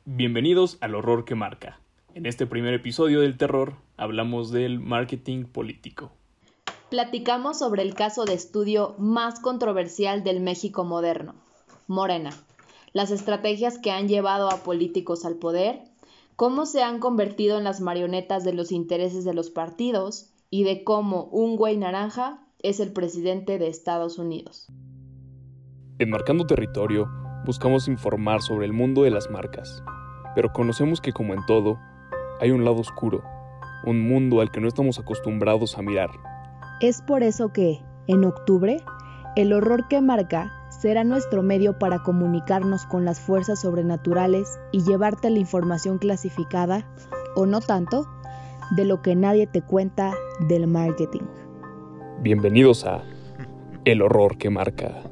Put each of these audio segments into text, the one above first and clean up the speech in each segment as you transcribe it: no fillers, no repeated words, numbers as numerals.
Bienvenidos al Horror que Marca. En este primer episodio del terror hablamos del marketing político. Platicamos sobre el caso de estudio más controversial del México moderno, Morena, las estrategias que han llevado a políticos al poder, cómo se han convertido en las marionetas de los intereses de los partidos y de cómo un güey naranja es el presidente de Estados Unidos. En Marcando Territorio buscamos informar sobre el mundo de las marcas, pero conocemos que como en todo, hay un lado oscuro, un mundo al que no estamos acostumbrados a mirar. Es por eso que, en octubre, el Horror que Marca será nuestro medio para comunicarnos con las fuerzas sobrenaturales y llevarte la información clasificada, o no tanto, de lo que nadie te cuenta del marketing. Bienvenidos a El Horror que Marca.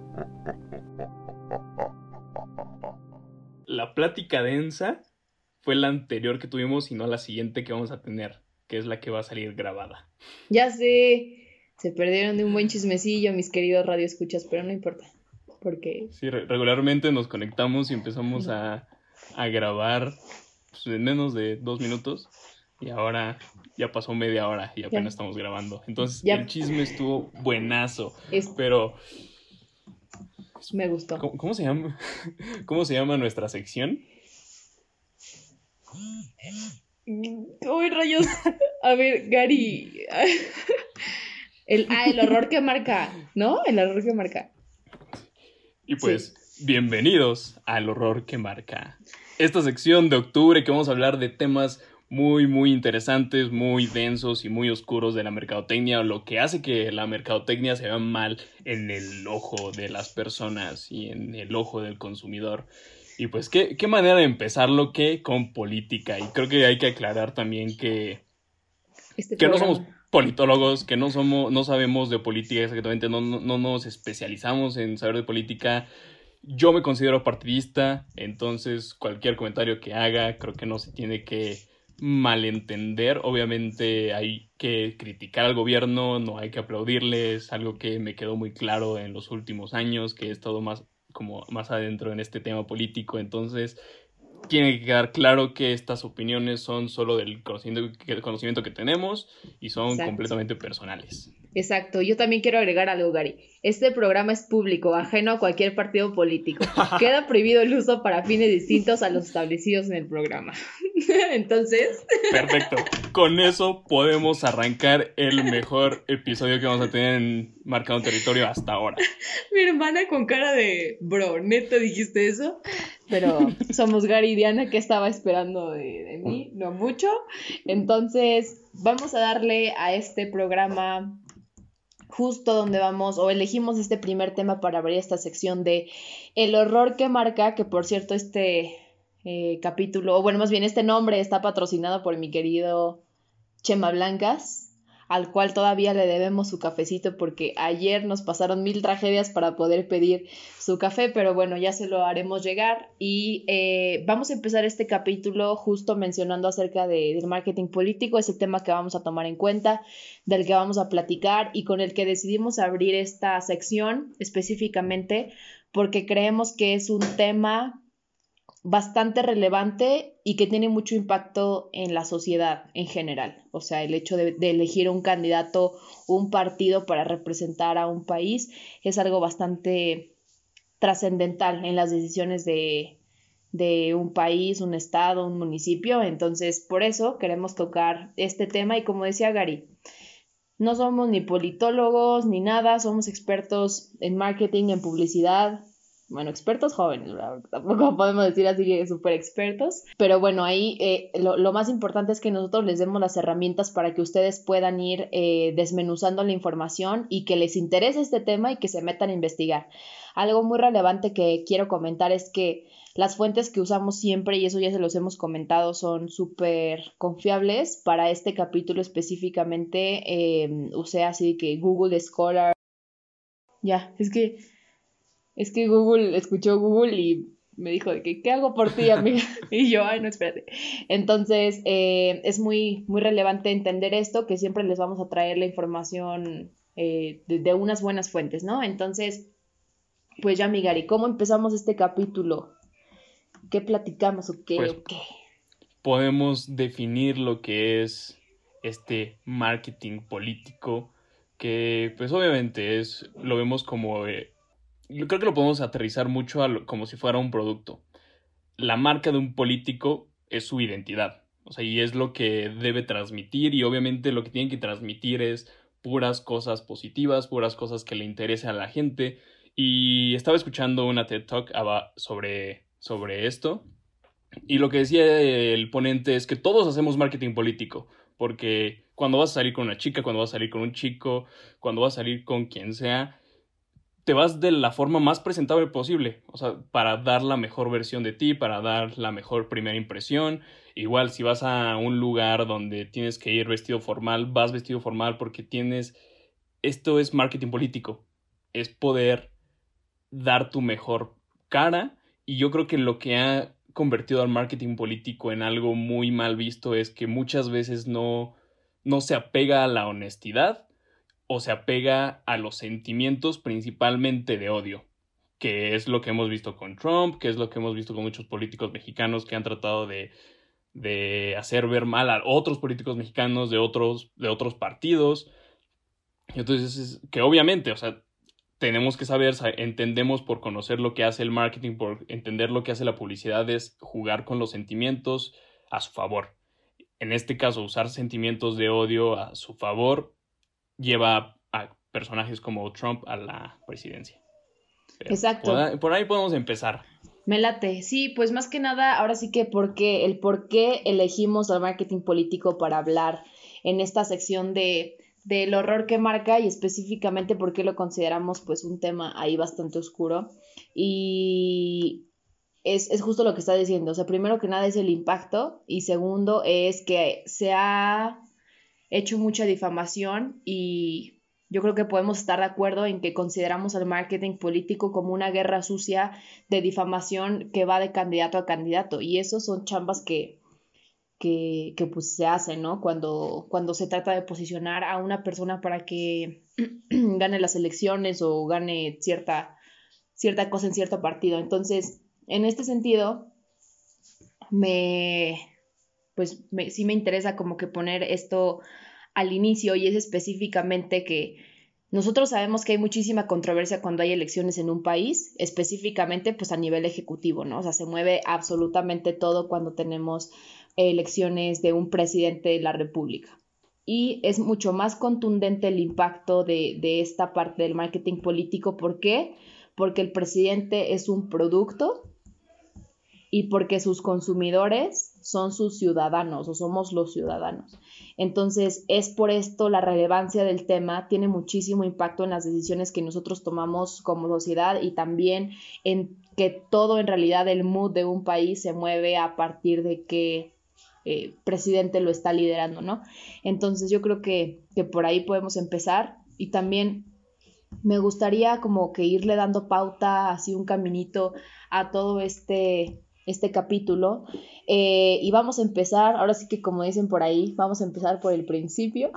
La plática densa fue la anterior que tuvimos y no la siguiente que vamos a tener, que es la que va a salir grabada. Ya sé, se perdieron de un buen chismecillo, mis queridos radioescuchas, pero no importa, porque... Sí, regularmente nos conectamos y empezamos a grabar pues, en menos de 2 minutos y ahora ya pasó media hora y apenas estamos grabando. Entonces el chisme estuvo buenazo, pero... Me gustó. ¿Cómo se llama? ¿Cómo se llama nuestra sección? ¡Uy, rayos! A ver, Gary. El horror que marca, ¿no? El horror que marca. Y pues, bienvenidos al Horror que Marca. Esta sección de octubre que vamos a hablar de temas muy interesantes, muy densos y muy oscuros de la mercadotecnia, o lo que hace que la mercadotecnia se vea mal en el ojo de las personas y en el ojo del consumidor. Y pues, ¿qué manera de empezarlo que con política? Y creo que hay que aclarar también que no somos politólogos, que no sabemos de política exactamente, no nos especializamos en saber de política. Yo me considero partidista, entonces cualquier comentario que haga creo que no se tiene que malentender. Obviamente hay que criticar al gobierno, no hay que aplaudirles, algo que me quedó muy claro en los últimos años, que he estado más adentro en este tema político. Entonces tiene que quedar claro que estas opiniones son solo del conocimiento que tenemos y son completamente personales. Exacto, yo también quiero agregar algo, Gary. Este programa es público, ajeno a cualquier partido político. Queda prohibido el uso para fines distintos a los establecidos en el programa. Entonces... Perfecto. Con eso podemos arrancar el mejor episodio que vamos a tener en Marcando Territorio hasta ahora. Mi hermana con cara de, bro, ¿neta dijiste eso? Pero somos Gary y Diana, que estaba esperando de mí, no mucho. Entonces, vamos a darle a este programa justo donde vamos, o elegimos este primer tema para abrir esta sección de El Horror que Marca, que por cierto este capítulo, o bueno, más bien este nombre está patrocinado por mi querido Chema Blancas, al cual todavía le debemos su cafecito porque ayer nos pasaron 1000 tragedias para poder pedir su café, pero bueno, ya se lo haremos llegar y vamos a empezar este capítulo justo mencionando acerca del marketing político, es el tema que vamos a tomar en cuenta, del que vamos a platicar y con el que decidimos abrir esta sección específicamente porque creemos que es un tema bastante relevante y que tiene mucho impacto en la sociedad en general. O sea, el hecho de elegir un candidato, un partido para representar a un país es algo bastante trascendental en las decisiones de un país, un estado, un municipio. Entonces, por eso queremos tocar este tema y como decía Gary, no somos ni politólogos ni nada, somos expertos en marketing, en publicidad. Bueno, expertos jóvenes, ¿verdad? Tampoco podemos decir así que súper expertos, pero bueno, ahí lo más importante es que nosotros les demos las herramientas para que ustedes puedan ir desmenuzando la información y que les interese este tema y que se metan a investigar. Algo muy relevante que quiero comentar es que las fuentes que usamos siempre, y eso ya se los hemos comentado, son súper confiables. Para este capítulo específicamente usé así que Google Scholar. Ya, es que Google, escuchó Google y me dijo de que, ¿qué hago por ti, amiga? Y yo, ay, no, espérate. Entonces, es muy relevante entender esto, que siempre les vamos a traer la información de unas buenas fuentes, ¿no? Entonces, pues ya, mi Gary, ¿cómo empezamos este capítulo? ¿Qué platicamos o qué? Pues ¿O qué? podemos definir lo que es este marketing político, que pues obviamente lo vemos como, yo creo que lo podemos aterrizar mucho como si fuera un producto. La marca de un político es su identidad, o sea, y es lo que debe transmitir, y obviamente lo que tienen que transmitir es puras cosas positivas, puras cosas que le interesen a la gente. Y estaba escuchando una TED Talk sobre esto, y lo que decía el ponente es que todos hacemos marketing político, porque cuando vas a salir con una chica, cuando vas a salir con un chico, cuando vas a salir con quien sea, te vas de la forma más presentable posible, o sea, para dar la mejor versión de ti, para dar la mejor primera impresión. Igual si vas a un lugar donde tienes que ir vestido formal, vas vestido formal porque esto es marketing político, es poder dar tu mejor cara. Y yo creo que lo que ha convertido al marketing político en algo muy mal visto es que muchas veces no se apega a la honestidad, o se apega a los sentimientos principalmente de odio, que es lo que hemos visto con Trump, que es lo que hemos visto con muchos políticos mexicanos que han tratado de hacer ver mal a otros políticos mexicanos de otros partidos. Entonces, que obviamente, o sea, tenemos que saber, entendemos por conocer lo que hace el marketing, por entender lo que hace la publicidad, es jugar con los sentimientos a su favor. En este caso, usar sentimientos de odio a su favor lleva a personajes como Trump a la presidencia. Pero pues, Exacto. por ahí podemos empezar. Me late. Sí, pues más que nada, ahora sí que el por qué elegimos al marketing político para hablar en esta sección del horror que marca y específicamente por qué lo consideramos pues un tema ahí bastante oscuro. Y es justo lo que está diciendo. O sea, primero que nada es el impacto y segundo es que se ha hecho mucha difamación y yo creo que podemos estar de acuerdo en que consideramos al marketing político como una guerra sucia de difamación que va de candidato a candidato y esos son chambas que pues se hacen, ¿no? Cuando se trata de posicionar a una persona para que gane las elecciones o gane cierta cosa en cierto partido. Entonces, en este sentido, me, sí me interesa como que poner esto al inicio y es específicamente que nosotros sabemos que hay muchísima controversia cuando hay elecciones en un país, específicamente pues a nivel ejecutivo, ¿no? O sea, se mueve absolutamente todo cuando tenemos elecciones de un presidente de la República. Y es mucho más contundente el impacto de esta parte del marketing político. ¿Por qué? Porque el presidente es un producto y porque sus consumidores son sus ciudadanos o somos los ciudadanos. Entonces, es por esto la relevancia del tema tiene muchísimo impacto en las decisiones que nosotros tomamos como sociedad y también en que todo en realidad el mood de un país se mueve a partir de qué presidente lo está liderando, ¿no? Entonces, yo creo que por ahí podemos empezar y también me gustaría como que irle dando pauta, así un caminito a todo este capítulo. Y vamos a empezar, ahora sí que como dicen por ahí, vamos a empezar por el principio.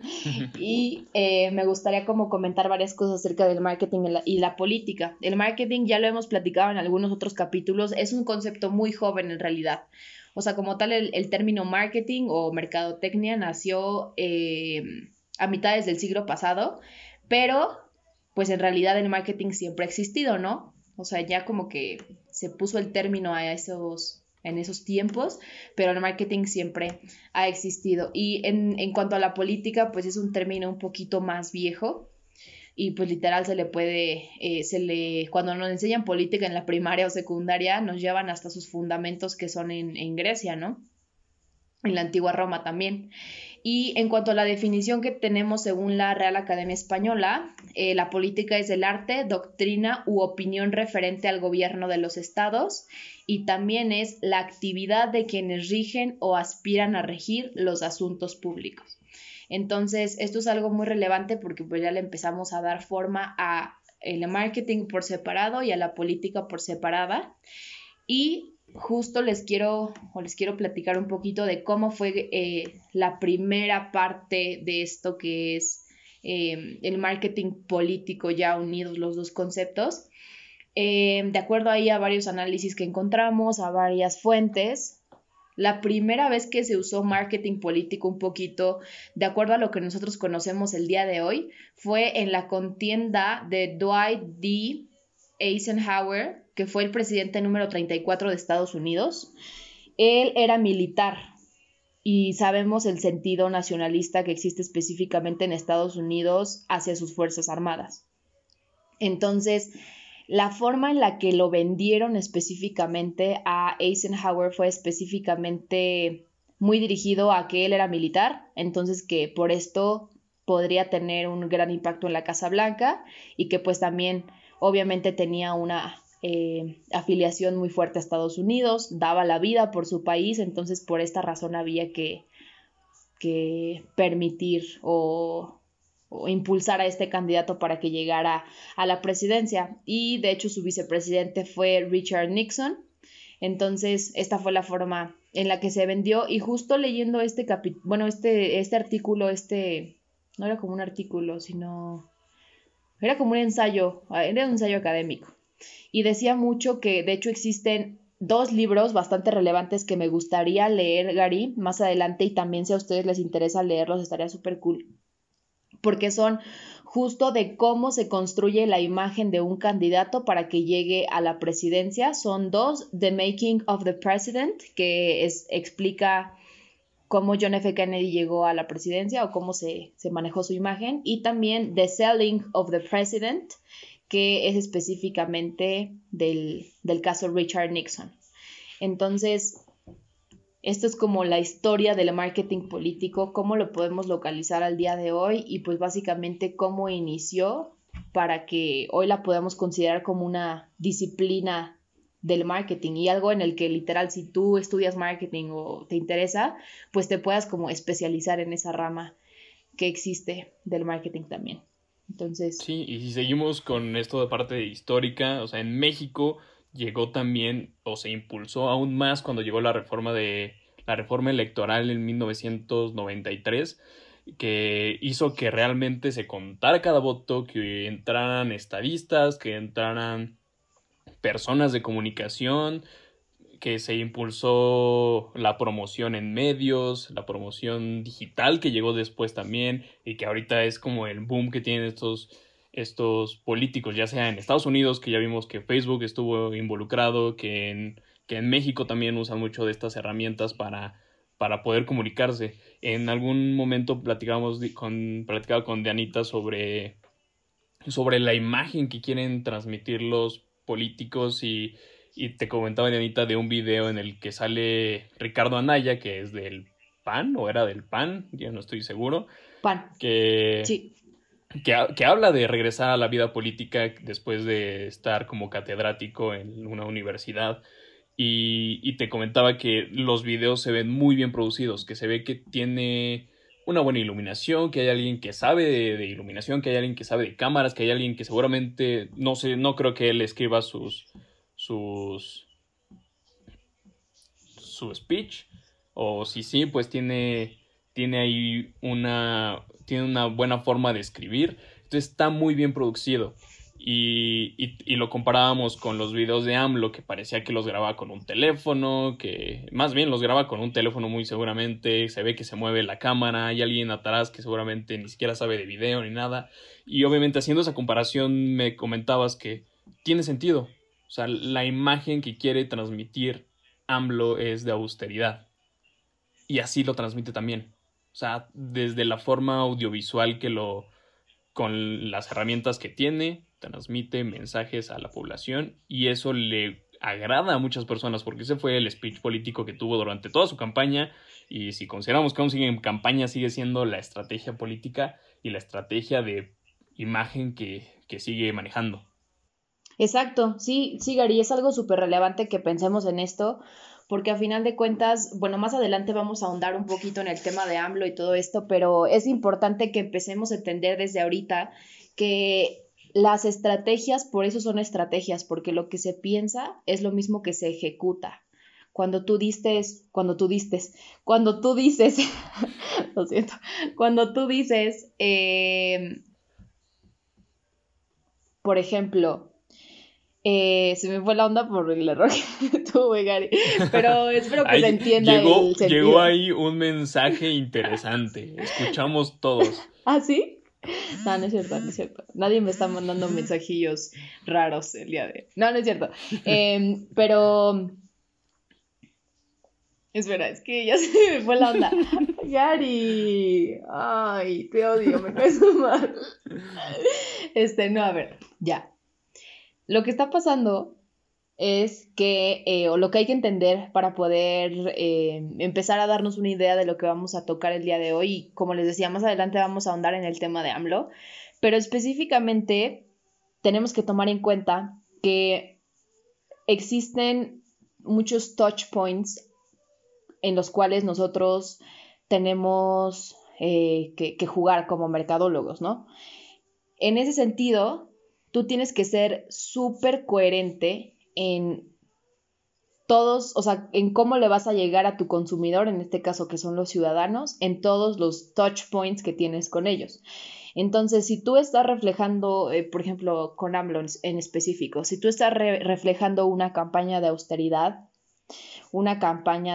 Y me gustaría como comentar varias cosas acerca del marketing y la política. El marketing, ya lo hemos platicado en algunos otros capítulos, es un concepto muy joven en realidad. O sea, como tal, el término marketing o mercadotecnia nació a mitades del siglo pasado, pero pues en realidad el marketing siempre ha existido, ¿no? O sea, ya como que se puso el término en esos tiempos, pero el marketing siempre ha existido. Y en cuanto a la política, pues es un término un poquito más viejo y pues literal cuando nos enseñan política en la primaria o secundaria, nos llevan hasta sus fundamentos que son en Grecia, ¿no? En la antigua Roma también. Y en cuanto a la definición que tenemos según la Real Academia Española, la política es el arte, doctrina u opinión referente al gobierno de los estados y también es la actividad de quienes rigen o aspiran a regir los asuntos públicos. Entonces, esto es algo muy relevante porque pues ya le empezamos a dar forma a el marketing por separado y a la política por separada. Y justo les quiero platicar un poquito de cómo fue la primera parte de esto que es el marketing político, ya unidos los dos conceptos. De acuerdo ahí a varios análisis que encontramos, a varias fuentes, la primera vez que se usó marketing político un poquito, de acuerdo a lo que nosotros conocemos el día de hoy, fue en la contienda de Dwight D. Eisenhower, que fue el presidente número 34 de Estados Unidos. Él era militar y sabemos el sentido nacionalista que existe específicamente en Estados Unidos hacia sus Fuerzas Armadas. Entonces, la forma en la que lo vendieron específicamente a Eisenhower fue específicamente muy dirigido a que él era militar, entonces que por esto podría tener un gran impacto en la Casa Blanca y que pues también obviamente tenía una afiliación muy fuerte a Estados Unidos, daba la vida por su país, entonces por esta razón había que permitir o impulsar a este candidato para que llegara a la presidencia. Y de hecho su vicepresidente fue Richard Nixon. Entonces esta fue la forma en la que se vendió. Y justo leyendo este artículo, no era como un artículo, sino era como un ensayo, era un ensayo académico. Y decía mucho que de hecho existen 2 libros bastante relevantes que me gustaría leer, Gary, más adelante, y también si a ustedes les interesa leerlos, estaría súper cool, porque son justo de cómo se construye la imagen de un candidato para que llegue a la presidencia. Son 2, The Making of the President, que explica cómo John F. Kennedy llegó a la presidencia o cómo se manejó su imagen, y también The Selling of the President, que es específicamente del caso Richard Nixon. Entonces, esto es como la historia del marketing político, cómo lo podemos localizar al día de hoy y pues básicamente cómo inició para que hoy la podamos considerar como una disciplina del marketing y algo en el que literal si tú estudias marketing o te interesa, pues te puedas como especializar en esa rama que existe del marketing también. Entonces... Sí, y si seguimos con esto de parte histórica, o sea, en México llegó también o se impulsó aún más cuando llegó la reforma electoral en 1993, que hizo que realmente se contara cada voto, que entraran estadistas, que entraran personas de comunicación, que se impulsó la promoción en medios, la promoción digital que llegó después también y que ahorita es como el boom que tienen estos políticos, ya sea en Estados Unidos, que ya vimos que Facebook estuvo involucrado, que en México también usan mucho de estas herramientas para poder comunicarse. En algún momento platicaba con Dianita sobre la imagen que quieren transmitir los políticos y te comentaba, Dianita, de un video en el que sale Ricardo Anaya, que es del PAN, o era del PAN, ya no estoy seguro, PAN. que, Sí. que habla de regresar a la vida política después de estar como catedrático en una universidad. Y te comentaba que los videos se ven muy bien producidos, que se ve que tiene una buena iluminación, que hay alguien que sabe de iluminación, que hay alguien que sabe de cámaras, que hay alguien que seguramente, no sé, no creo que él escriba sus su speech, o si sí, pues tiene ahí tiene una buena forma de escribir, entonces está muy bien producido. Y lo comparábamos con los videos de AMLO, que parecía que los grababa con un teléfono, que más bien los graba con un teléfono muy seguramente, se ve que se mueve la cámara, hay alguien atrás que seguramente ni siquiera sabe de video ni nada, y obviamente haciendo esa comparación me comentabas que tiene sentido, o sea, la imagen que quiere transmitir AMLO es de austeridad, y así lo transmite también, o sea, desde la forma audiovisual con las herramientas que tiene, transmite mensajes a la población y eso le agrada a muchas personas porque ese fue el speech político que tuvo durante toda su campaña y si consideramos que aún sigue en campaña sigue siendo la estrategia política y la estrategia de imagen que sigue manejando. Exacto, sí, sí, Gary, es algo súper relevante que pensemos en esto, porque a final de cuentas, bueno, más adelante vamos a ahondar un poquito en el tema de AMLO y todo esto, pero es importante que empecemos a entender desde ahorita que las estrategias, por eso son estrategias, porque lo que se piensa es lo mismo que se ejecuta. Cuando tú dices, lo siento, cuando tú dices, por ejemplo, Se me fue la onda por el error que tuve, Gary. Pero espero que se entienda el sentido. Llegó ahí un mensaje interesante. Escuchamos todos. ¿Ah, sí? No, no es cierto, no es cierto. Nadie me está mandando mensajillos raros el día de... No, no es cierto. Pero... Espera, es que ya se me fue la onda. Gary. Ay, te odio, me caes mal. No, a ver, ya. Lo que está pasando es que, o lo que hay que entender para poder empezar a darnos una idea de lo que vamos a tocar el día de hoy. Y como les decía, más adelante vamos a ahondar en el tema de AMLO. Pero específicamente tenemos que tomar en cuenta que existen muchos touch points en los cuales nosotros tenemos que jugar como mercadólogos, ¿no? En ese sentido, tú tienes que ser súper coherente en todos, o sea, en cómo le vas a llegar a tu consumidor, en este caso que son los ciudadanos, en todos los touch points que tienes con ellos. Entonces, si tú estás reflejando, por ejemplo, con AMLO en específico, si tú estás reflejando una campaña de austeridad, una campaña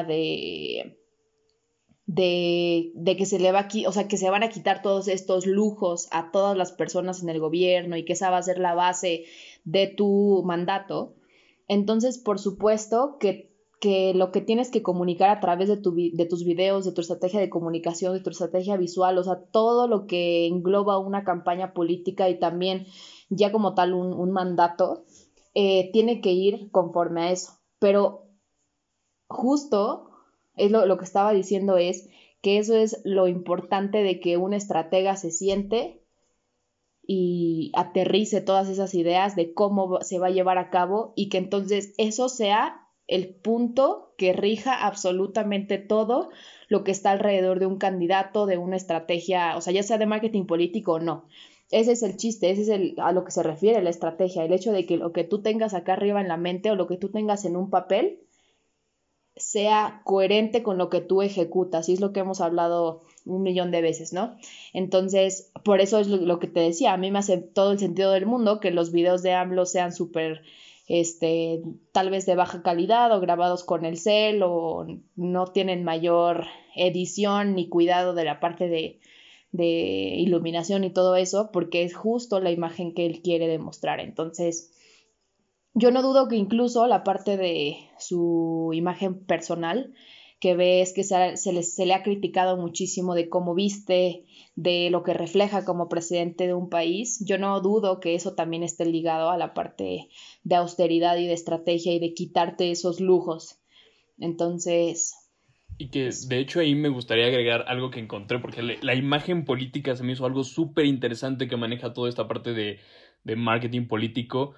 de que se le va o sea, que se van a quitar todos estos lujos a todas las personas en el gobierno y que esa va a ser la base de tu mandato, entonces por supuesto que lo que tienes que comunicar a través de tus videos, de tu estrategia de comunicación, de tu estrategia visual, o sea, todo lo que engloba una campaña política y también ya como tal un mandato, tiene que ir conforme a eso. Pero justo es lo que estaba diciendo es que eso es lo importante de que un estratega se siente y aterrice todas esas ideas de cómo se va a llevar a cabo y que entonces eso sea el punto que rija absolutamente todo lo que está alrededor de un candidato, de una estrategia, o sea, ya sea de marketing político o no. Ese es el chiste, ese es a lo que se refiere la estrategia, el hecho de que lo que tú tengas acá arriba en la mente o lo que tú tengas en un papel sea coherente con lo que tú ejecutas, y es lo que hemos hablado 1,000,000 de veces, ¿no? Entonces, por eso es lo que te decía, a mí me hace todo el sentido del mundo que los videos de AMLO sean súper, tal vez de baja calidad o grabados con el cel o no tienen mayor edición ni cuidado de la parte de iluminación y todo eso, porque es justo la imagen que él quiere demostrar. Entonces, yo no dudo que incluso la parte de su imagen personal, que ves que se le ha criticado muchísimo de cómo viste, de lo que refleja como presidente de un país, yo no dudo que eso también esté ligado a la parte de austeridad y de estrategia y de quitarte esos lujos. Entonces... Y que de hecho ahí me gustaría agregar algo que encontré, porque la imagen política se me hizo algo súper interesante que maneja toda esta parte de marketing político.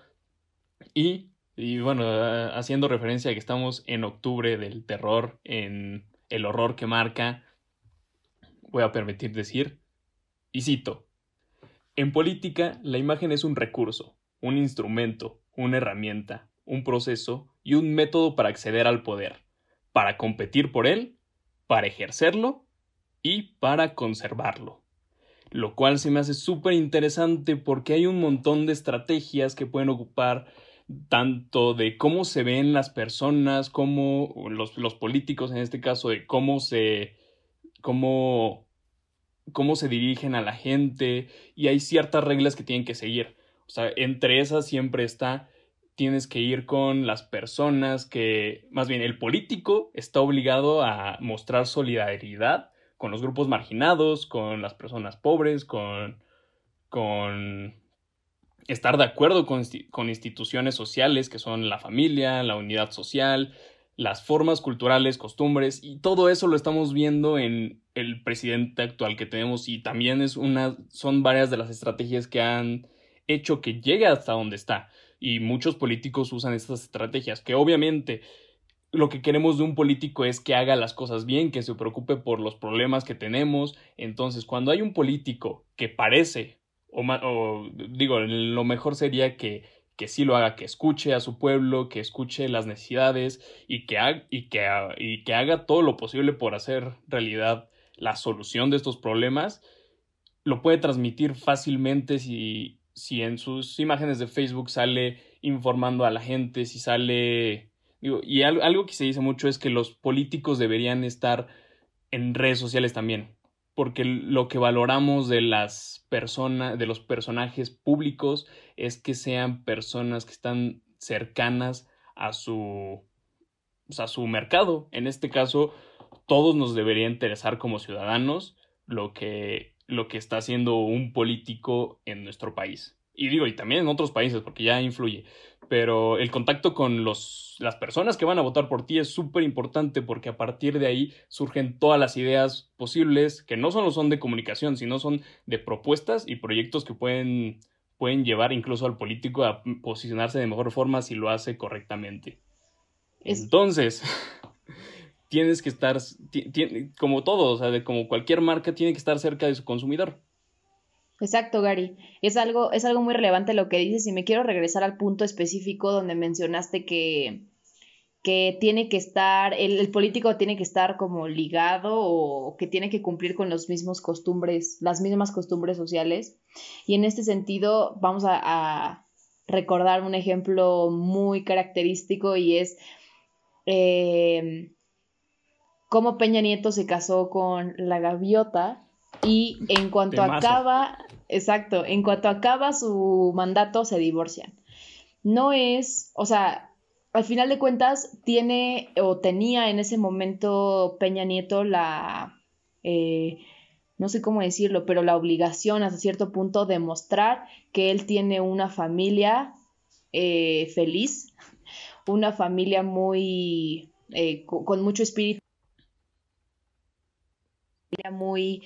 Y bueno, haciendo referencia a que estamos en octubre del terror, en el horror que marca, voy a permitir decir, y cito, en política la imagen es un recurso, un instrumento, una herramienta, un proceso y un método para acceder al poder, para competir por él, para ejercerlo y para conservarlo. Lo cual se me hace súper interesante porque hay un montón de estrategias que pueden ocupar tanto de cómo se ven las personas, como los políticos en este caso, de cómo, cómo se dirigen a la gente, y hay ciertas reglas que tienen que seguir. O sea, entre esas siempre está, tienes que ir con las personas que, más bien, el político está obligado a mostrar solidaridad con los grupos marginados, con las personas pobres, con estar de acuerdo con instituciones sociales que son la familia, la unidad social, las formas culturales, costumbres, y todo eso lo estamos viendo en el presidente actual que tenemos, y también son varias de las estrategias que han hecho que llegue hasta donde está, y muchos políticos usan estas estrategias, que obviamente lo que queremos de un político es que haga las cosas bien, que se preocupe por los problemas que tenemos. Entonces, cuando hay un político que parece, o digo, lo mejor sería que sí lo haga, que escuche a su pueblo, que escuche las necesidades y que haga todo lo posible por hacer realidad la solución de estos problemas, lo puede transmitir fácilmente si en sus imágenes de Facebook sale informando a la gente, si sale... Digo, y algo que se dice mucho es que los políticos deberían estar en redes sociales también, porque lo que valoramos de las personas, de los personajes públicos, es que sean personas que están cercanas a su, pues, a su mercado. En este caso, todos nos debería interesar como ciudadanos lo que está haciendo un político en nuestro país. Y digo, y también en otros países, porque ya influye. Pero el contacto con las personas que van a votar por ti es súper importante porque a partir de ahí surgen todas las ideas posibles, que no solo son de comunicación, sino son de propuestas y proyectos que pueden llevar incluso al político a posicionarse de mejor forma si lo hace correctamente. Entonces, tienes que estar, como todo, o sea, como cualquier marca, tiene que estar cerca de su consumidor. Exacto, Gary. Es algo muy relevante lo que dices y me quiero regresar al punto específico donde mencionaste que tiene que estar, el político tiene que estar como ligado o que tiene que cumplir con las mismas costumbres sociales. Y en este sentido vamos a recordar un ejemplo muy característico y es cómo Peña Nieto se casó con la gaviota y en cuanto acaba, exacto, en cuanto acaba su mandato se divorcian. No es, o sea, al final de cuentas tiene o tenía en ese momento Peña Nieto no sé cómo decirlo, pero la obligación hasta cierto punto de mostrar que él tiene una familia feliz, una familia muy, con mucho espíritu, muy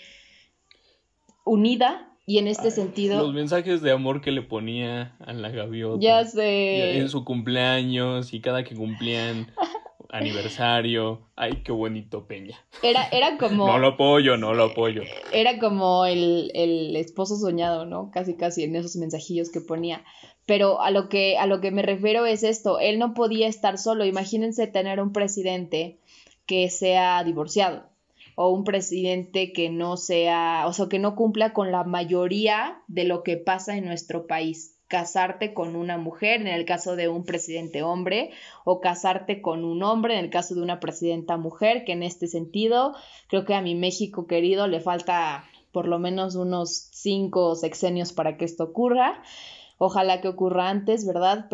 unida y en este sentido... Los mensajes de amor que le ponía a la gaviota. Ya En sé. su cumpleaños y cada que cumplían aniversario. Ay, qué bonito Peña. Era No lo como... apoyo, no lo apoyo. Era como el esposo soñado, ¿no? Casi casi en esos mensajillos que ponía. Pero a lo que me refiero es esto, él no podía estar solo. Imagínense tener un presidente que sea divorciado o un presidente que no sea, o sea, que no cumpla con la mayoría de lo que pasa en nuestro país. Casarte con una mujer, en el caso de un presidente hombre, o casarte con un hombre, en el caso de una presidenta mujer, que en este sentido creo que a mi México querido le falta por lo menos unos 5 sexenios para que esto ocurra. Ojalá que ocurra antes, ¿verdad?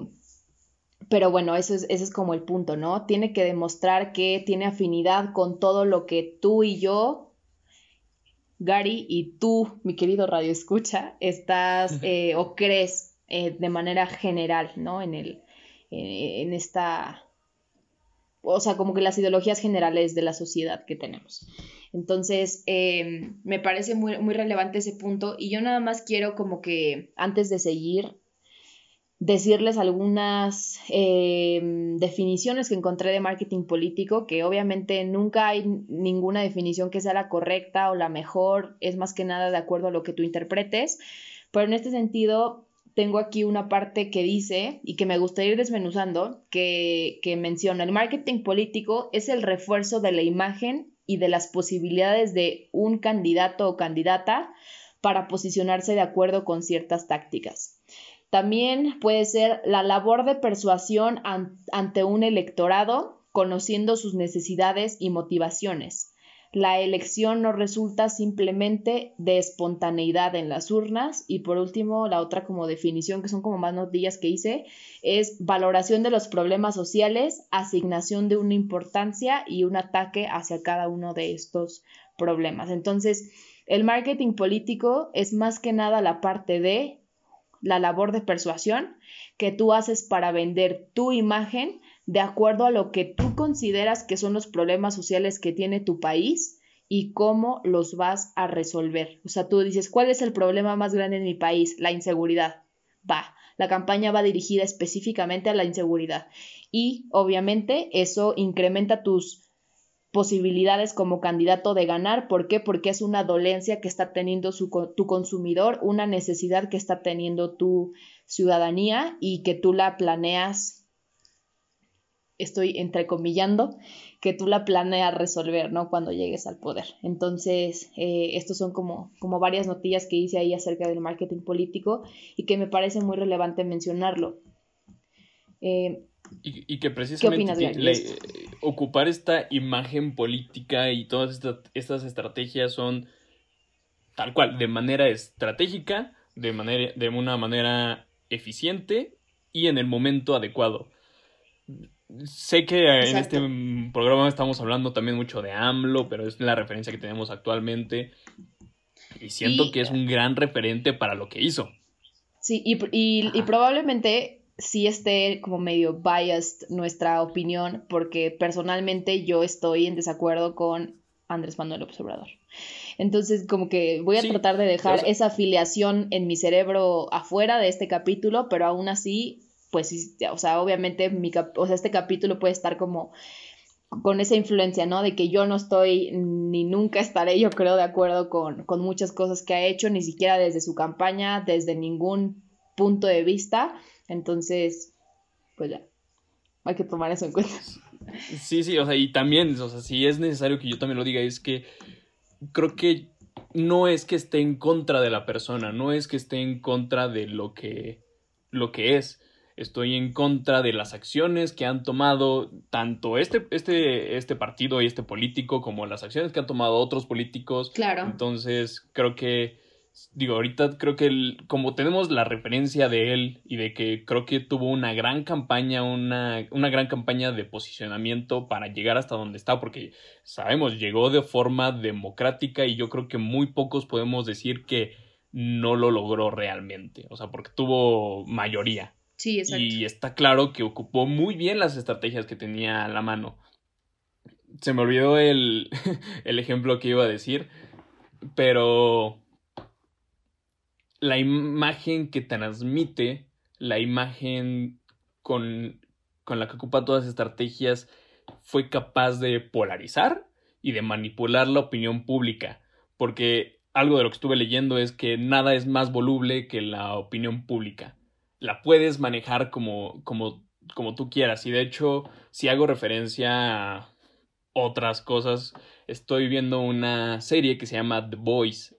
Pero bueno, ese es como el punto, ¿no? Tiene que demostrar que tiene afinidad con todo lo que tú y yo, Gary, y tú, mi querido Radio Escucha, estás o crees de manera general, ¿no? En esta, o sea, como que las ideologías generales de la sociedad que tenemos. Entonces, me parece muy, muy relevante ese punto y yo nada más quiero como que antes de seguir, decirles algunas definiciones que encontré de marketing político, que obviamente nunca hay ninguna definición que sea la correcta o la mejor, es más que nada de acuerdo a lo que tú interpretes, pero en este sentido tengo aquí una parte que dice, y que me gustaría ir desmenuzando, que menciona, el marketing político es el refuerzo de la imagen y de las posibilidades de un candidato o candidata para posicionarse de acuerdo con ciertas tácticas. También puede ser la labor de persuasión ante un electorado, conociendo sus necesidades y motivaciones. La elección no resulta simplemente de espontaneidad en las urnas. Y por último, la otra como definición, que son como más notillas que hice, es valoración de los problemas sociales, asignación de una importancia y un ataque hacia cada uno de estos problemas. Entonces, el marketing político es más que nada la parte de la labor de persuasión que tú haces para vender tu imagen de acuerdo a lo que tú consideras que son los problemas sociales que tiene tu país y cómo los vas a resolver. O sea, tú dices, ¿cuál es el problema más grande en mi país? La inseguridad. La campaña va dirigida específicamente a la inseguridad y obviamente eso incrementa tus posibilidades como candidato de ganar. ¿Por qué? Porque es una dolencia que está teniendo tu consumidor, una necesidad que está teniendo tu ciudadanía y que tú la planeas, estoy entrecomillando, que tú la planeas resolver, ¿no? Cuando llegues al poder. Entonces, estos son como varias notillas que hice ahí acerca del marketing político y que me parece muy relevante mencionarlo. Y que ¿Qué precisamente opinas, Gary? ocupar esta imagen política y todas estas estrategias son tal cual, de manera estratégica, de una manera eficiente y en el momento adecuado. Sé que en este Exacto. programa estamos hablando también mucho de AMLO, pero es la referencia que tenemos actualmente y siento Y que es un gran referente para lo que hizo. sí, y Ajá. probablemente sí esté como medio biased nuestra opinión, porque personalmente yo estoy en desacuerdo con Andrés Manuel López Obrador. Entonces, como que voy a Sí, tratar de o dejar sea, esa afiliación en mi cerebro afuera de este capítulo, pero aún así, pues sí, o sea, obviamente o sea, este capítulo puede estar como con esa influencia, ¿no? De que yo no estoy ni nunca estaré, yo creo, de acuerdo con muchas cosas que ha hecho, ni siquiera desde su campaña, desde ningún punto de vista. Entonces, pues ya, hay que tomar eso en cuenta. sí, sí, o sea, y también, o sea, si es necesario que yo también lo diga, es que creo que no es que esté en contra de la persona, no es que esté en contra de lo que es. Estoy en contra de las acciones que han tomado tanto este partido y este político como las acciones que han tomado otros políticos. Claro. Entonces, creo que, digo, ahorita creo que como tenemos la referencia de él y de que creo que tuvo una gran campaña, una gran campaña de posicionamiento para llegar hasta donde está, porque sabemos, llegó de forma democrática y yo creo que muy pocos podemos decir que no lo logró realmente, o sea, porque tuvo mayoría. Sí, exacto. Y está claro que ocupó muy bien las estrategias que tenía a la mano. Se me olvidó el ejemplo que iba a decir, pero la imagen que transmite, la imagen con, con la que ocupa todas las estrategias, fue capaz de polarizar y de manipular la opinión pública. Porque algo de lo que estuve leyendo es que nada es más voluble que la opinión pública. La puedes manejar como tú quieras. Y de hecho, si hago referencia a otras cosas, estoy viendo una serie que se llama The Boys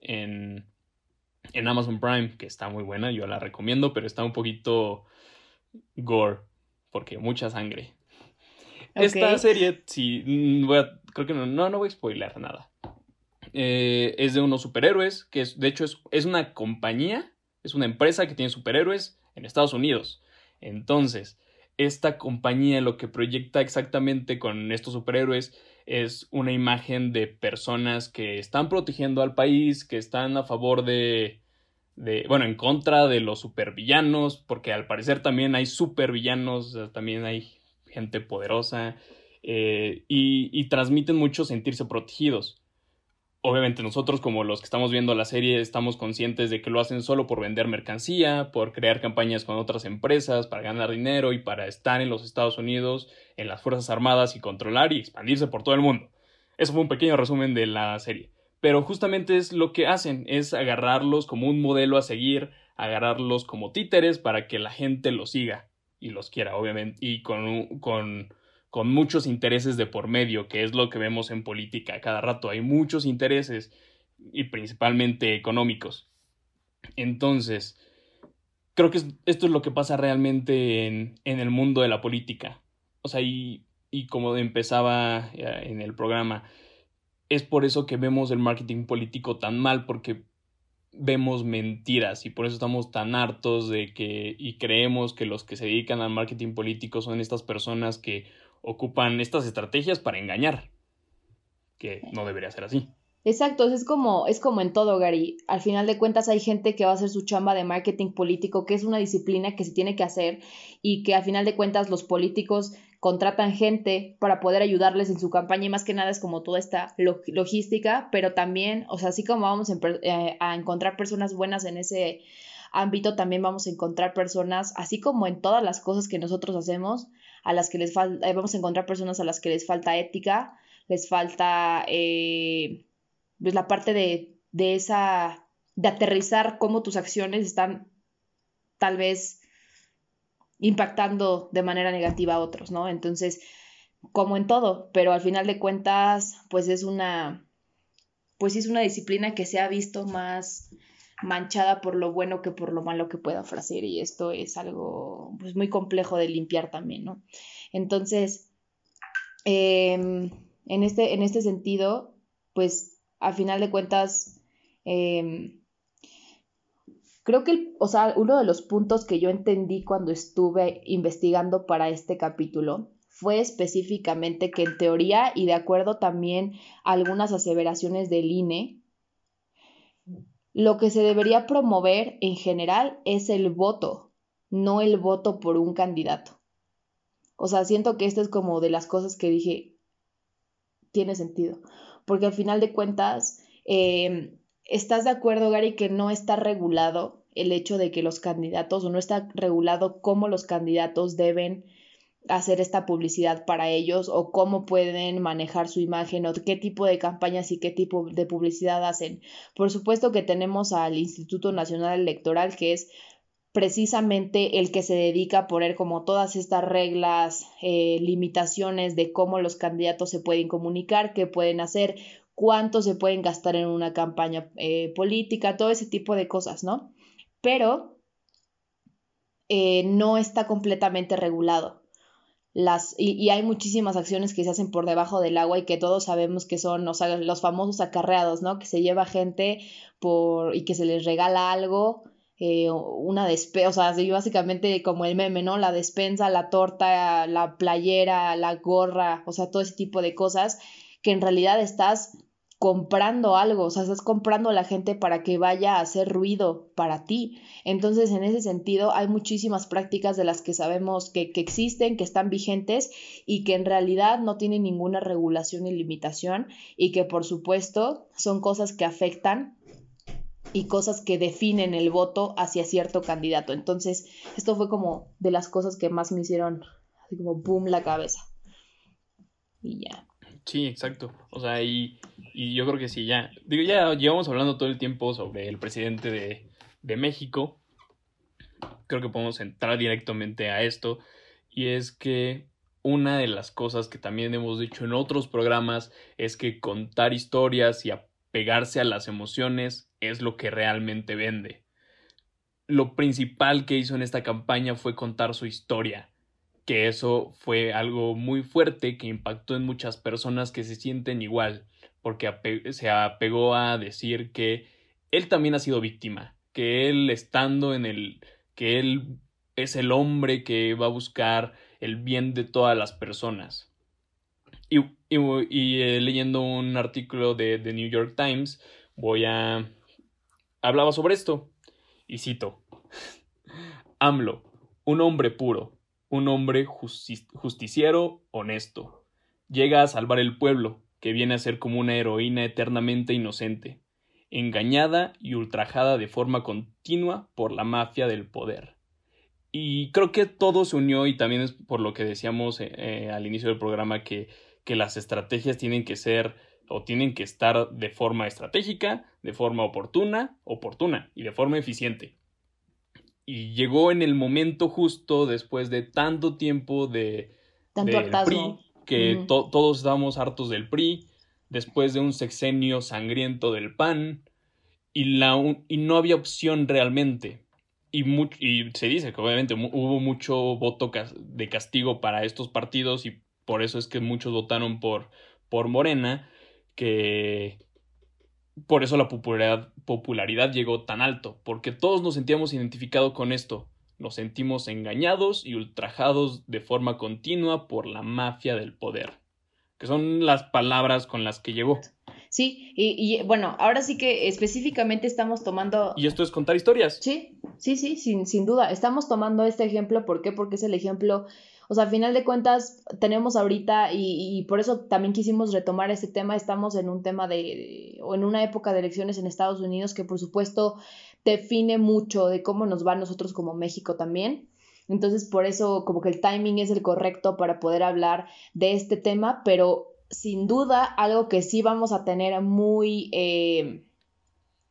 en Amazon Prime, que está muy buena, yo la recomiendo, pero está un poquito gore, porque mucha sangre. Ok. Esta serie, sí, creo que no voy a spoiler nada. Es de unos superhéroes, que de hecho es una compañía, es una empresa que tiene superhéroes en Estados Unidos. Entonces, esta compañía lo que proyecta exactamente con estos superhéroes es una imagen de personas que están protegiendo al país, que están a favor bueno, en contra de los supervillanos, porque al parecer también hay supervillanos, también hay gente poderosa, y transmiten mucho sentirse protegidos. Obviamente nosotros como los que estamos viendo la serie estamos conscientes de que lo hacen solo por vender mercancía, por crear campañas con otras empresas, para ganar dinero y para estar en los Estados Unidos, en las Fuerzas Armadas y controlar y expandirse por todo el mundo. Eso fue un pequeño resumen de la serie. Pero justamente es lo que hacen, es agarrarlos como un modelo a seguir, agarrarlos como títeres para que la gente los siga y los quiera, obviamente, y con muchos intereses de por medio, que es lo que vemos en política cada rato. Hay muchos intereses y principalmente económicos. Entonces, creo que esto es lo que pasa realmente en el mundo de la política. O sea, y como empezaba en el programa, es por eso que vemos el marketing político tan mal, porque vemos mentiras y por eso estamos tan hartos de que y creemos que los que se dedican al marketing político son estas personas que ocupan estas estrategias para engañar, que no debería ser así. Exacto, es como en todo, Gary. Al final de cuentas hay gente que va a hacer su chamba de marketing político, que es una disciplina que se tiene que hacer y que al final de cuentas los políticos contratan gente para poder ayudarles en su campaña y más que nada es como toda esta logística, pero también, o sea, así como vamos a encontrar personas buenas en ese ámbito, también vamos a encontrar personas, así como en todas las cosas que nosotros hacemos, a las que les falta, vamos a encontrar personas a las que les falta ética, les falta pues la parte de esa, de aterrizar cómo tus acciones están tal vez impactando de manera negativa a otros, ¿no? Entonces, como en todo, pero al final de cuentas, pues es una disciplina que se ha visto más manchada por lo bueno que por lo malo que pueda ofrecer, y esto es algo pues muy complejo de limpiar también, ¿no? Entonces, en este sentido, pues a final de cuentas, creo que, o sea, uno de los puntos que yo entendí cuando estuve investigando para este capítulo fue específicamente que en teoría y de acuerdo también a algunas aseveraciones del INE, lo que se debería promover en general es el voto, no el voto por un candidato. O sea, siento que esto es como de las cosas que dije, tiene sentido, porque al final de cuentas, ¿estás de acuerdo, Gary, que no está regulado el hecho de que los candidatos, o no está regulado cómo los candidatos deben hacer esta publicidad para ellos, o cómo pueden manejar su imagen, o qué tipo de campañas y qué tipo de publicidad hacen? Por supuesto que tenemos al Instituto Nacional Electoral, que es precisamente el que se dedica a poner como todas estas reglas, limitaciones de cómo los candidatos se pueden comunicar, qué pueden hacer, cuánto se pueden gastar en una campaña política, todo ese tipo de cosas, ¿no? Pero no está completamente regulado. Y hay muchísimas acciones que se hacen por debajo del agua y que todos sabemos que son, o sea, los famosos acarreados, ¿no? Que se lleva gente y que se les regala algo, una despensa, o sea, así básicamente como el meme, ¿no? La despensa, la torta, la playera, la gorra, o sea, todo ese tipo de cosas que en realidad estás comprando algo, o sea, estás comprando a la gente para que vaya a hacer ruido para ti. Entonces, en ese sentido, hay muchísimas prácticas de las que sabemos que existen, que están vigentes y que en realidad no tienen ninguna regulación ni limitación, y que por supuesto son cosas que afectan y cosas que definen el voto hacia cierto candidato. Entonces, esto fue como de las cosas que más me hicieron así como boom la cabeza. Y ya. Sí, exacto. O sea, y yo creo que sí, ya. Digo, ya llevamos hablando todo el tiempo sobre el presidente de México. Creo que podemos entrar directamente a esto. Y es que una de las cosas que también hemos dicho en otros programas es que contar historias y apegarse a las emociones es lo que realmente vende. Lo principal que hizo en esta campaña fue contar su historia, que eso fue algo muy fuerte que impactó en muchas personas que se sienten igual, porque se apegó a decir que él también ha sido víctima, que él estando que él es el hombre que va a buscar el bien de todas las personas. Leyendo un artículo de The New York Times, hablaba sobre esto, y cito: AMLO, un hombre puro, un hombre justiciero honesto. Llega a salvar el pueblo, que viene a ser como una heroína eternamente inocente, engañada y ultrajada de forma continua por la mafia del poder. Y creo que todo se unió, y también es por lo que decíamos al inicio del programa que las estrategias tienen que ser o tienen que estar de forma estratégica, de forma oportuna y de forma eficiente. Y llegó en el momento justo después de tanto tiempo Tanto del hartazgo. PRI, que todos estábamos hartos del PRI, después de un sexenio sangriento del PAN, y no había opción realmente. Y se dice que obviamente hubo mucho voto de castigo para estos partidos, y por eso es que muchos votaron por Morena, que por eso la popularidad llegó tan alto, porque todos nos sentíamos identificados con esto. Nos sentimos engañados y ultrajados de forma continua por la mafia del poder, que son las palabras con las que llegó. Sí, y bueno, ahora sí que específicamente estamos tomando... Y esto es contar historias. Sí, sin duda. Estamos tomando este ejemplo, ¿por qué? Porque es el ejemplo, o sea, a final de cuentas tenemos ahorita, y por eso también quisimos retomar este tema, estamos en un tema o en una época de elecciones en Estados Unidos que por supuesto define mucho de cómo nos va a nosotros como México también. Entonces, por eso como que el timing es el correcto para poder hablar de este tema, pero sin duda algo que sí vamos a tener muy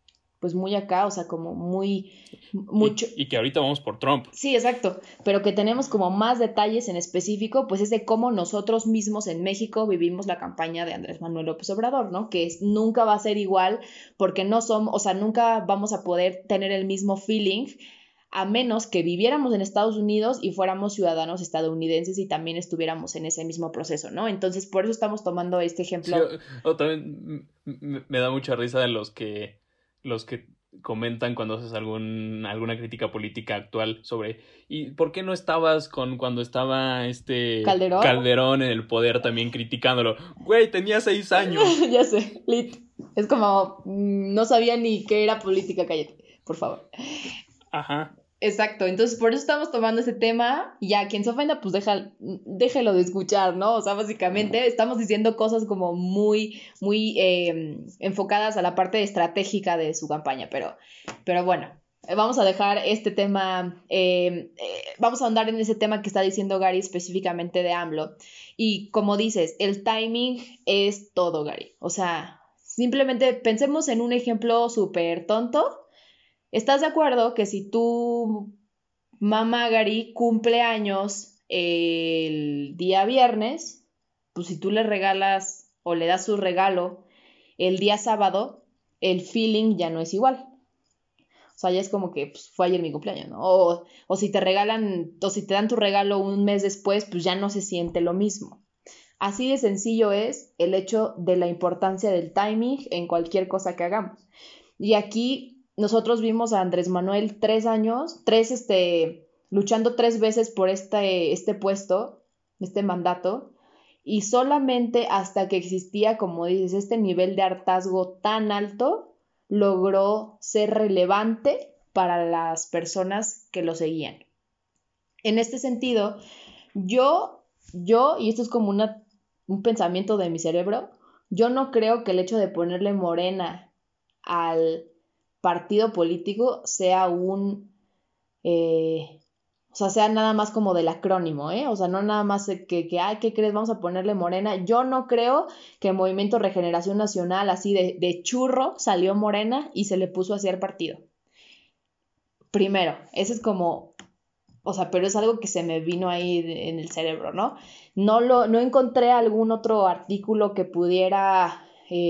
pues muy acá, o sea, como muy, mucho. Y que ahorita vamos por Trump. Sí, exacto, pero que tenemos como más detalles en específico, pues es de cómo nosotros mismos en México vivimos la campaña de Andrés Manuel López Obrador, ¿no? Que nunca va a ser igual porque no somos, o sea, nunca vamos a poder tener el mismo feeling a menos que viviéramos en Estados Unidos y fuéramos ciudadanos estadounidenses y también estuviéramos en ese mismo proceso, ¿no? Entonces, por eso estamos tomando este Sí, ejemplo. también me da mucha risa de los que comentan cuando haces alguna crítica política actual sobre ¿y por qué no estabas cuando estaba Calderón. Calderón en el poder también criticándolo? Güey, tenía 6 años. Ya sé, lit. Es como, no sabía ni qué era política, cállate, por favor. Ajá. Exacto, entonces por eso estamos tomando este tema, y a quien se ofenda, pues déjelo de escuchar, ¿no? O sea, básicamente estamos diciendo cosas como muy, muy enfocadas a la parte estratégica de su campaña, pero bueno, vamos a dejar este tema, vamos a ahondar en ese tema que está diciendo Gary específicamente de AMLO, y como dices, el timing es todo, Gary, o sea, simplemente pensemos en un ejemplo súper tonto. ¿Estás de acuerdo que si tu mamá Gary cumple años el día viernes, pues si tú le regalas o le das su regalo el día sábado, el feeling ya no es igual? O sea, ya es como que pues, fue ayer mi cumpleaños, ¿no? O si te regalan, o si te dan tu regalo un mes después, pues ya no se siente lo mismo. Así de sencillo es el hecho de la importancia del timing en cualquier cosa que hagamos. Y aquí nosotros vimos a Andrés Manuel 3 años, luchando 3 veces por este puesto, este mandato, y solamente hasta que existía, como dices, este nivel de hartazgo tan alto, logró ser relevante para las personas que lo seguían. En este sentido, y esto es como un pensamiento de mi cerebro, yo no creo que el hecho de ponerle Morena al partido político sea o sea, sea nada más como del acrónimo, ¿eh? O sea, no nada más ay, ¿qué crees? Vamos a ponerle Morena. Yo no creo que el Movimiento Regeneración Nacional, así de churro, salió Morena y se le puso así al partido. Primero, ese es como, o sea, pero es algo que se me vino ahí en el cerebro, ¿no? No encontré algún otro artículo que pudiera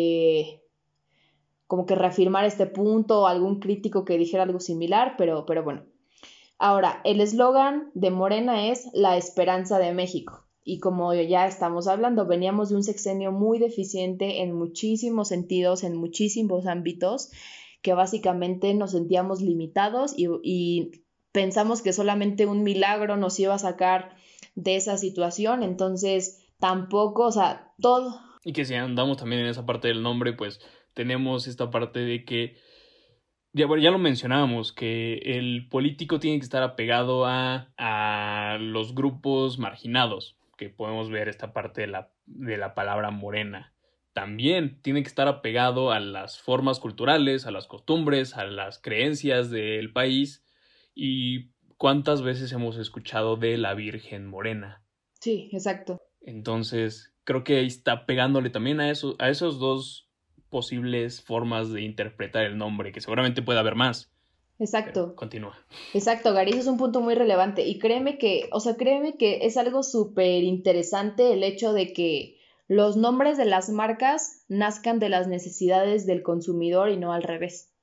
como que reafirmar este punto o algún crítico que dijera algo similar, pero bueno. Ahora, el eslogan de Morena es la esperanza de México. Y como ya estamos hablando, veníamos de un sexenio muy deficiente en muchísimos sentidos, en muchísimos ámbitos, que básicamente nos sentíamos limitados y pensamos que solamente un milagro nos iba a sacar de esa situación. Entonces, tampoco, o sea, todo. Y que si andamos también en esa parte del nombre, pues tenemos esta parte de que ya, bueno, ya lo mencionábamos, que el político tiene que estar apegado a los grupos marginados, que podemos ver esta parte de la palabra morena. También tiene que estar apegado a las formas culturales, a las costumbres, a las creencias del país. ¿Y cuántas veces hemos escuchado de la Virgen Morena? Sí, exacto. Entonces, creo que ahí está pegándole también a esos dos posibles formas de interpretar el nombre, que seguramente puede haber más. Exacto. Pero continúa. Exacto, Gary, ese es un punto muy relevante y créeme que es algo súper interesante el hecho de que los nombres de las marcas nazcan de las necesidades del consumidor y no al revés.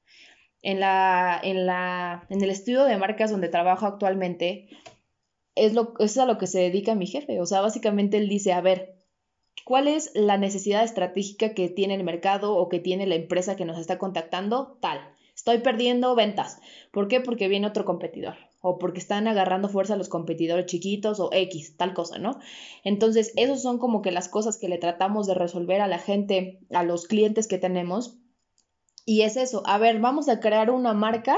En el estudio de marcas donde trabajo actualmente, es a lo que se dedica mi jefe. O sea, básicamente él dice, a ver, ¿cuál es la necesidad estratégica que tiene el mercado o que tiene la empresa que nos está contactando? Tal. Estoy perdiendo ventas. ¿Por qué? Porque viene otro competidor. O porque están agarrando fuerza los competidores chiquitos o X, tal cosa, ¿no? Entonces, esos son como que las cosas que le tratamos de resolver a la gente, a los clientes que tenemos. Y es eso. A ver, vamos a crear una marca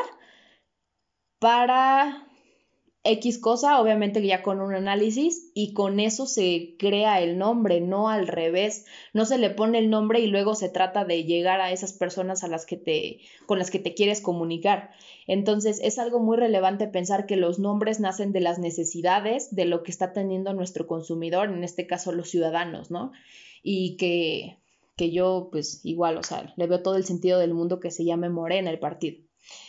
para X cosa, obviamente ya con un análisis, y con eso se crea el nombre, no al revés. No se le pone el nombre y luego se trata de llegar a esas personas con las que te quieres comunicar. Entonces es algo muy relevante pensar que los nombres nacen de las necesidades de lo que está teniendo nuestro consumidor, en este caso los ciudadanos, ¿no? Y que que yo pues igual, o sea, le veo todo el sentido del mundo que se llame Morena el partido.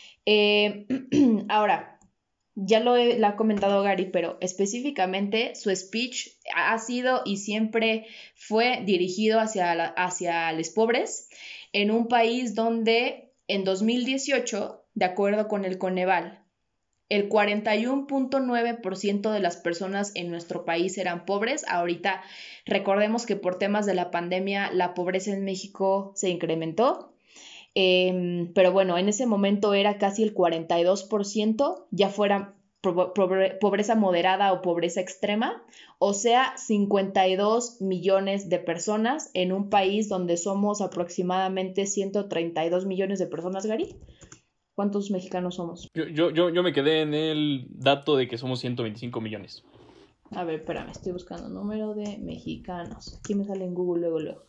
Ahora, lo ha comentado Gary, pero específicamente su speech ha sido y siempre fue dirigido hacia los pobres en un país donde en 2018, de acuerdo con el Coneval, el 41.9% de las personas en nuestro país eran pobres. Ahorita recordemos que por temas de la pandemia la pobreza en México se incrementó. Pero bueno, en ese momento era casi el 42%, ya fuera pobreza moderada o pobreza extrema, o sea, 52 millones de personas en un país donde somos aproximadamente 132 millones de personas, Gary. ¿Cuántos mexicanos somos? Yo me quedé en el dato de que somos 125 millones. A ver, espérame, estoy buscando número de mexicanos. Aquí me sale en Google luego.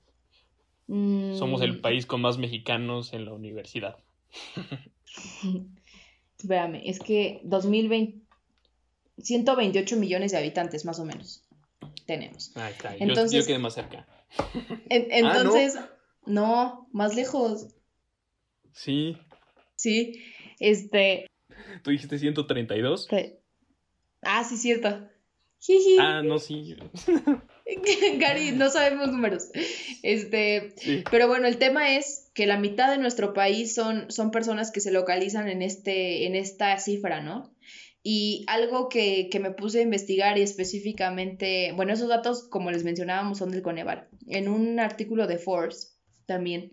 Somos el país con más mexicanos en la universidad. Espérame, es que 2020, 128 millones de habitantes más o menos tenemos. Ahí está, entonces, yo quedé más cerca. Entonces, no, más lejos. Sí. Sí, ¿Tú dijiste 132? Sí, cierto. No, sí. Gary, no sabemos números. Sí. Pero bueno, el tema es que la mitad de nuestro país son personas que se localizan en esta cifra, ¿no? Y algo que me puse a investigar y específicamente, bueno, esos datos, como les mencionábamos, son del Coneval. En un artículo de Forbes también,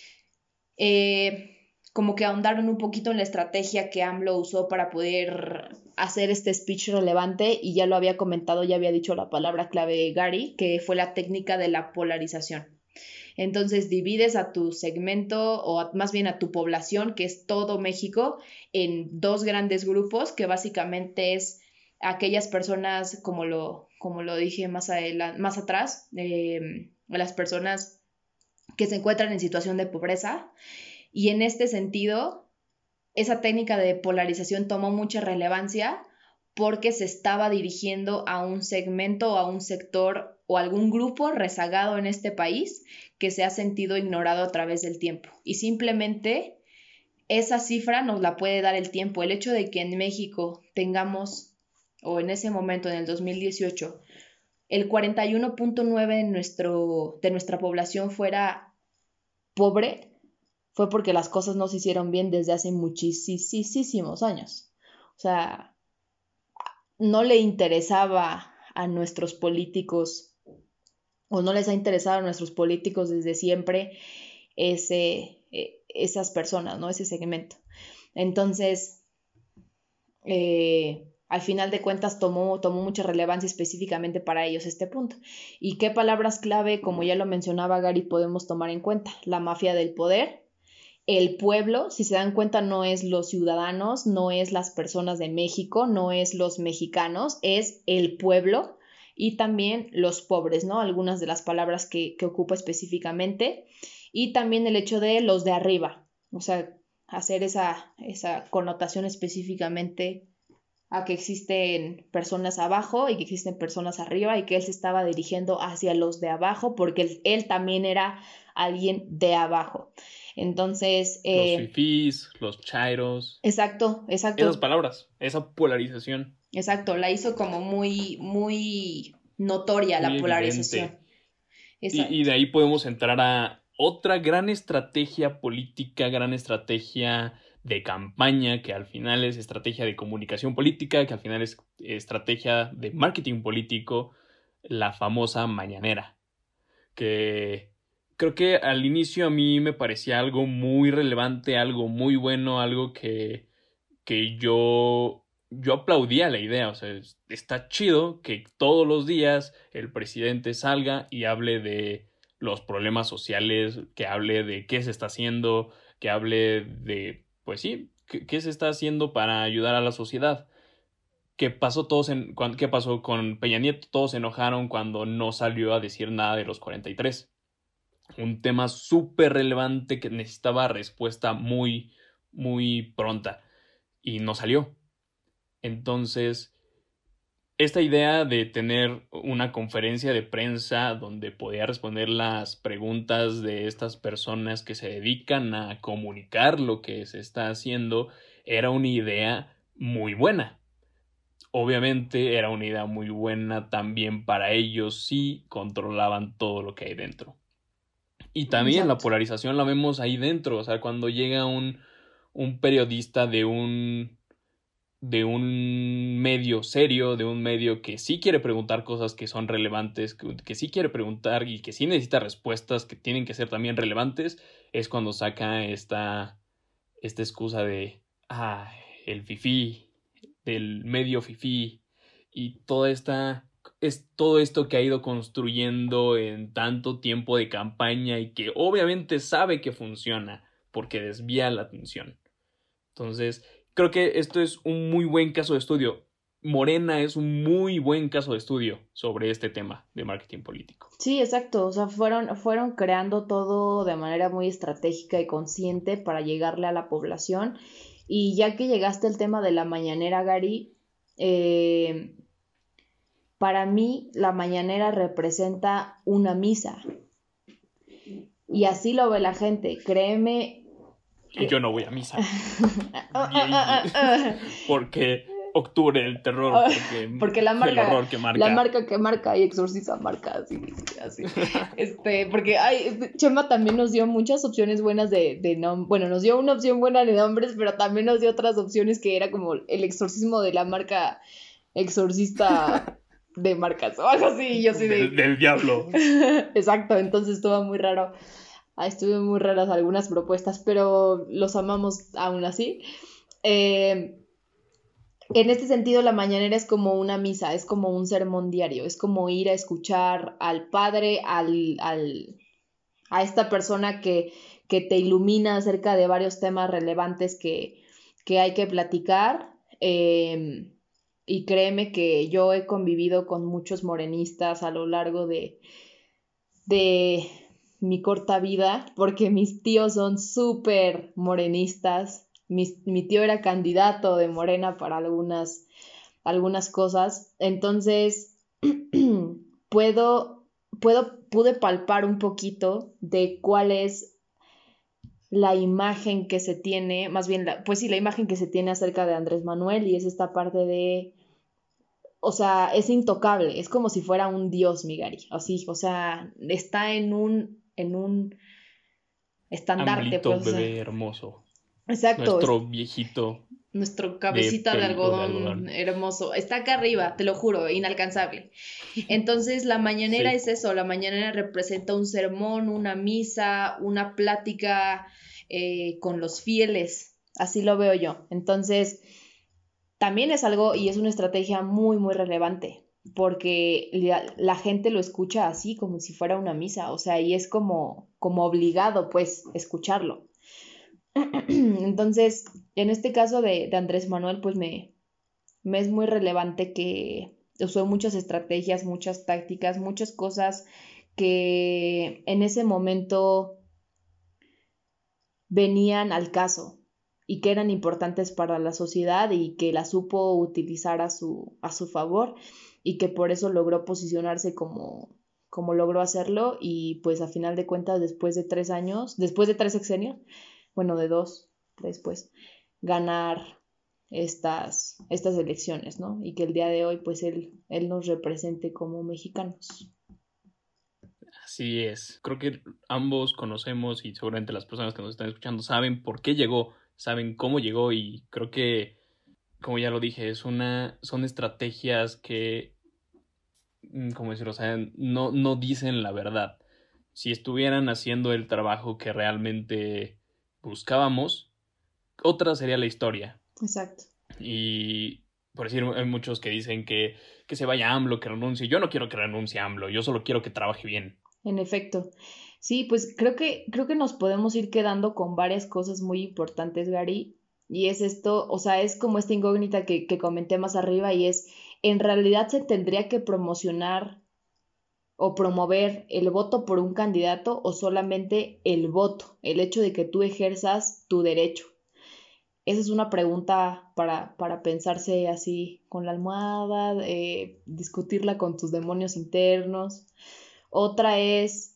como que ahondaron un poquito en la estrategia que AMLO usó para poder hacer este speech relevante, y ya lo había comentado, ya había dicho la palabra clave Gary, que fue la técnica de la polarización. Entonces divides a tu segmento, o más bien a tu población, que es todo México, en dos grandes grupos, que básicamente es aquellas personas, como lo dije más atrás, las personas que se encuentran en situación de pobreza. Y en este sentido, esa técnica de polarización tomó mucha relevancia porque se estaba dirigiendo a un segmento o a un sector o algún grupo rezagado en este país que se ha sentido ignorado a través del tiempo. Y simplemente esa cifra nos la puede dar el tiempo. El hecho de que en México tengamos, o en ese momento, en el 2018, el 41.9 de nuestra población fuera pobre, fue porque las cosas no se hicieron bien desde hace muchísimos años. O sea, no le interesaba a nuestros políticos, o no les ha interesado a nuestros políticos desde siempre esas personas, ¿no? Ese segmento. Entonces, al final de cuentas tomó mucha relevancia específicamente para ellos este punto. ¿Y qué palabras clave, como ya lo mencionaba Gary, podemos tomar en cuenta? La mafia del poder. El pueblo, si se dan cuenta, no es los ciudadanos, no es las personas de México, no es los mexicanos, es el pueblo, y también los pobres, ¿no? Algunas de las palabras que ocupa específicamente, y también el hecho de los de arriba, o sea, hacer esa connotación específicamente a que existen personas abajo y que existen personas arriba, y que él se estaba dirigiendo hacia los de abajo porque él también era alguien de abajo. Entonces, los fifís, los chairos. Exacto. Esas palabras, esa polarización. Exacto, la hizo como muy notoria, muy la polarización. Evidente. Y de ahí podemos entrar a otra gran estrategia política, gran estrategia de campaña, que al final es estrategia de comunicación política, que al final es estrategia de marketing político, la famosa mañanera, que creo que al inicio a mí me parecía algo muy relevante, algo muy bueno, algo que yo aplaudía la idea. O sea, está chido que todos los días el presidente salga y hable de los problemas sociales, que hable de qué se está haciendo, que hable de, pues sí, qué se está haciendo para ayudar a la sociedad. ¿Qué pasó con Peña Nieto? Todos se enojaron cuando no salió a decir nada de los 43. Un tema súper relevante que necesitaba respuesta muy, muy pronta. Y no salió. Entonces, esta idea de tener una conferencia de prensa donde podía responder las preguntas de estas personas que se dedican a comunicar lo que se está haciendo era una idea muy buena. Obviamente era una idea muy buena también para ellos si controlaban todo lo que hay dentro. Y también la Exacto. polarización la vemos ahí dentro, o sea, cuando llega un periodista de un medio serio, de un medio que sí quiere preguntar cosas que son relevantes, que sí quiere preguntar y que sí necesita respuestas que tienen que ser también relevantes, es cuando saca esta excusa de, el fifí, del medio fifí, y es todo esto que ha ido construyendo en tanto tiempo de campaña y que obviamente sabe que funciona porque desvía la atención. Entonces, creo que esto es un muy buen caso de estudio. Morena es un muy buen caso de estudio sobre este tema de marketing político. Sí, exacto. O sea, fueron creando todo de manera muy estratégica y consciente para llegarle a la población. Y ya que llegaste al tema de la mañanera, Gary, eh, para mí la mañanera representa una misa. Y así lo ve la gente. Créeme Y yo que... no voy a misa. Porque octubre el terror, porque Porque el horror que la marca. marca que marca y exorciza marca, así, así. Porque Chema también nos dio muchas opciones buenas de nombres. Bueno, nos dio una opción buena de nombres, pero también nos dio otras opciones que era como el exorcismo de la marca exorcista de marcas o algo así. Y yo así de. Del diablo. Exacto, entonces estuvo muy raro. Estuvieron muy raras algunas propuestas, pero los amamos aún así. En este sentido, la mañanera es como una misa, es como un sermón diario, es como ir a escuchar al Padre, a esta persona que te ilumina acerca de varios temas relevantes que hay que platicar. Y créeme que yo he convivido con muchos morenistas a lo largo de mi corta vida, porque mis tíos son súper morenistas. Mi tío era candidato de Morena para algunas cosas. Entonces, pude palpar un poquito de cuál es la imagen que se tiene, más bien, pues sí, la imagen que se tiene acerca de Andrés Manuel, y es esta parte de, o sea, es intocable, es como si fuera un dios, Migari, así, o sea, está en un estandarte, Amblito, pues, o sea, bebé hermoso. exacto, Nuestro viejito nuestro de cabecita de pelo de algodón algodón. hermoso, está acá arriba, te lo juro, inalcanzable. Entonces, la mañanera Sí. es eso, la mañanera representa un sermón, una misa, una plática con los fieles, así lo veo yo. Entonces, también es algo y es una estrategia muy, muy relevante, porque la gente lo escucha así, como si fuera una misa, o sea, y es como obligado, pues, escucharlo. Entonces, en este caso de Andrés Manuel, pues me es muy relevante que usó muchas estrategias, muchas tácticas, muchas cosas que en ese momento venían al caso y que eran importantes para la sociedad y que la supo utilizar a su favor y que por eso logró posicionarse como logró hacerlo y pues a final de cuentas después de 3 años, después de 3 sexenios, bueno, de 2 después, ganar estas elecciones, ¿no? Y que el día de hoy pues él nos represente como mexicanos. Así es. Creo que ambos conocemos y seguramente las personas que nos están escuchando saben por qué llegó, saben cómo llegó y creo que, como ya lo dije, son estrategias que, como decirlo, o sea, no dicen la verdad. Si estuvieran haciendo el trabajo que realmente buscábamos, otra sería la historia. Exacto. Y por decir, hay muchos que dicen que se vaya AMLO, que renuncie. Yo no quiero que renuncie AMLO, yo solo quiero que trabaje bien. En efecto. Sí, pues creo que nos podemos ir quedando con varias cosas muy importantes, Gary. Y es esto, o sea, es como esta incógnita que comenté más arriba y es, ¿en realidad se tendría que promocionar o promover el voto por un candidato o solamente el voto, el hecho de que tú ejerzas tu derecho? Esa es una pregunta para pensarse así con la almohada, discutirla con tus demonios internos. Otra es,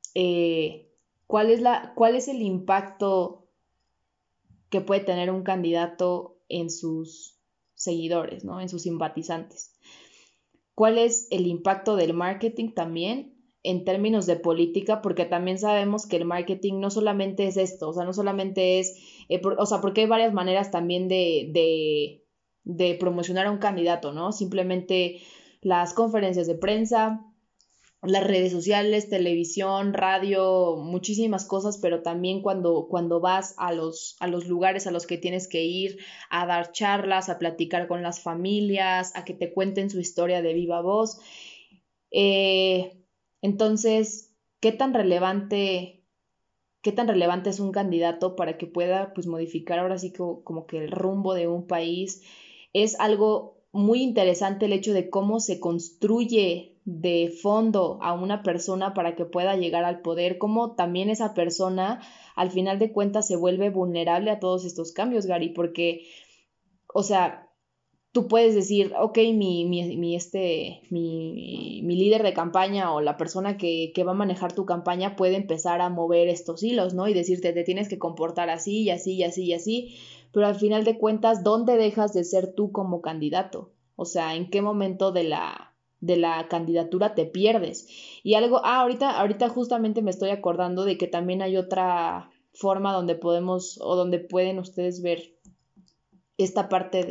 ¿cuál es el impacto que puede tener un candidato en sus seguidores, ¿no? En sus simpatizantes? ¿Cuál es el impacto del marketing también en términos de política? Porque también sabemos que el marketing no solamente es esto, o sea, no solamente es, o sea, porque hay varias maneras también de promocionar a un candidato, ¿no? Simplemente las conferencias de prensa, las redes sociales, televisión, radio, muchísimas cosas, pero también cuando vas a los lugares a los que tienes que ir, a dar charlas, a platicar con las familias, a que te cuenten su historia de viva voz. Eh, entonces, qué tan relevante es un candidato para que pueda pues modificar ahora sí como que el rumbo de un país? Es algo muy interesante el hecho de cómo se construye de fondo a una persona para que pueda llegar al poder, cómo también esa persona al final de cuentas se vuelve vulnerable a todos estos cambios, Gary, porque, o sea, tú puedes decir, ok, mi líder de campaña o la persona que va a manejar tu campaña puede empezar a mover estos hilos, ¿no? Y decirte, te tienes que comportar así y así y así y así, pero al final de cuentas, ¿dónde dejas de ser tú como candidato? O sea, ¿en qué momento de la candidatura te pierdes? Y algo, ahorita justamente me estoy acordando de que también hay otra forma donde podemos o donde pueden ustedes ver esta parte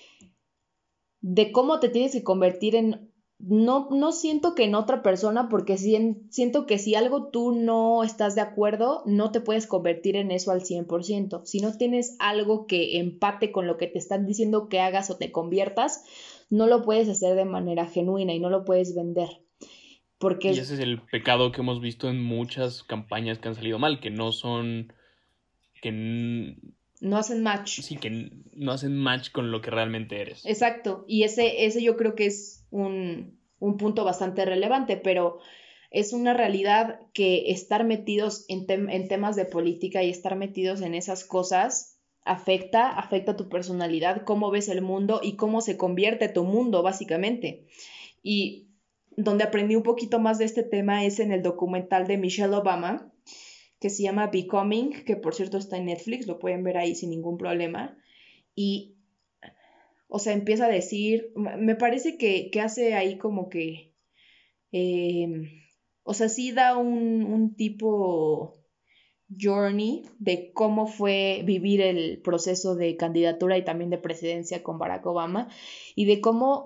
de cómo te tienes que convertir en, no siento que en otra persona, porque siento que si algo tú no estás de acuerdo, no te puedes convertir en eso al 100%. Si no tienes algo que empate con lo que te están diciendo que hagas o te conviertas, no lo puedes hacer de manera genuina y no lo puedes vender. Porque Y ese es el pecado que hemos visto en muchas campañas que han salido mal, que no son, que no hacen match. sí, no hacen match con lo que realmente eres. Exacto, y ese yo creo que es un punto bastante relevante, pero es una realidad que estar metidos en temas de política y estar metidos en esas cosas afecta tu personalidad, cómo ves el mundo y cómo se convierte tu mundo, básicamente. Y donde aprendí un poquito más de este tema es en el documental de Michelle Obama, que se llama Becoming, que por cierto está en Netflix, lo pueden ver ahí sin ningún problema. Y o sea, empieza a decir, me parece que hace ahí como que, eh, o sea, sí da un tipo journey de cómo fue vivir el proceso de candidatura y también de presidencia con Barack Obama y de cómo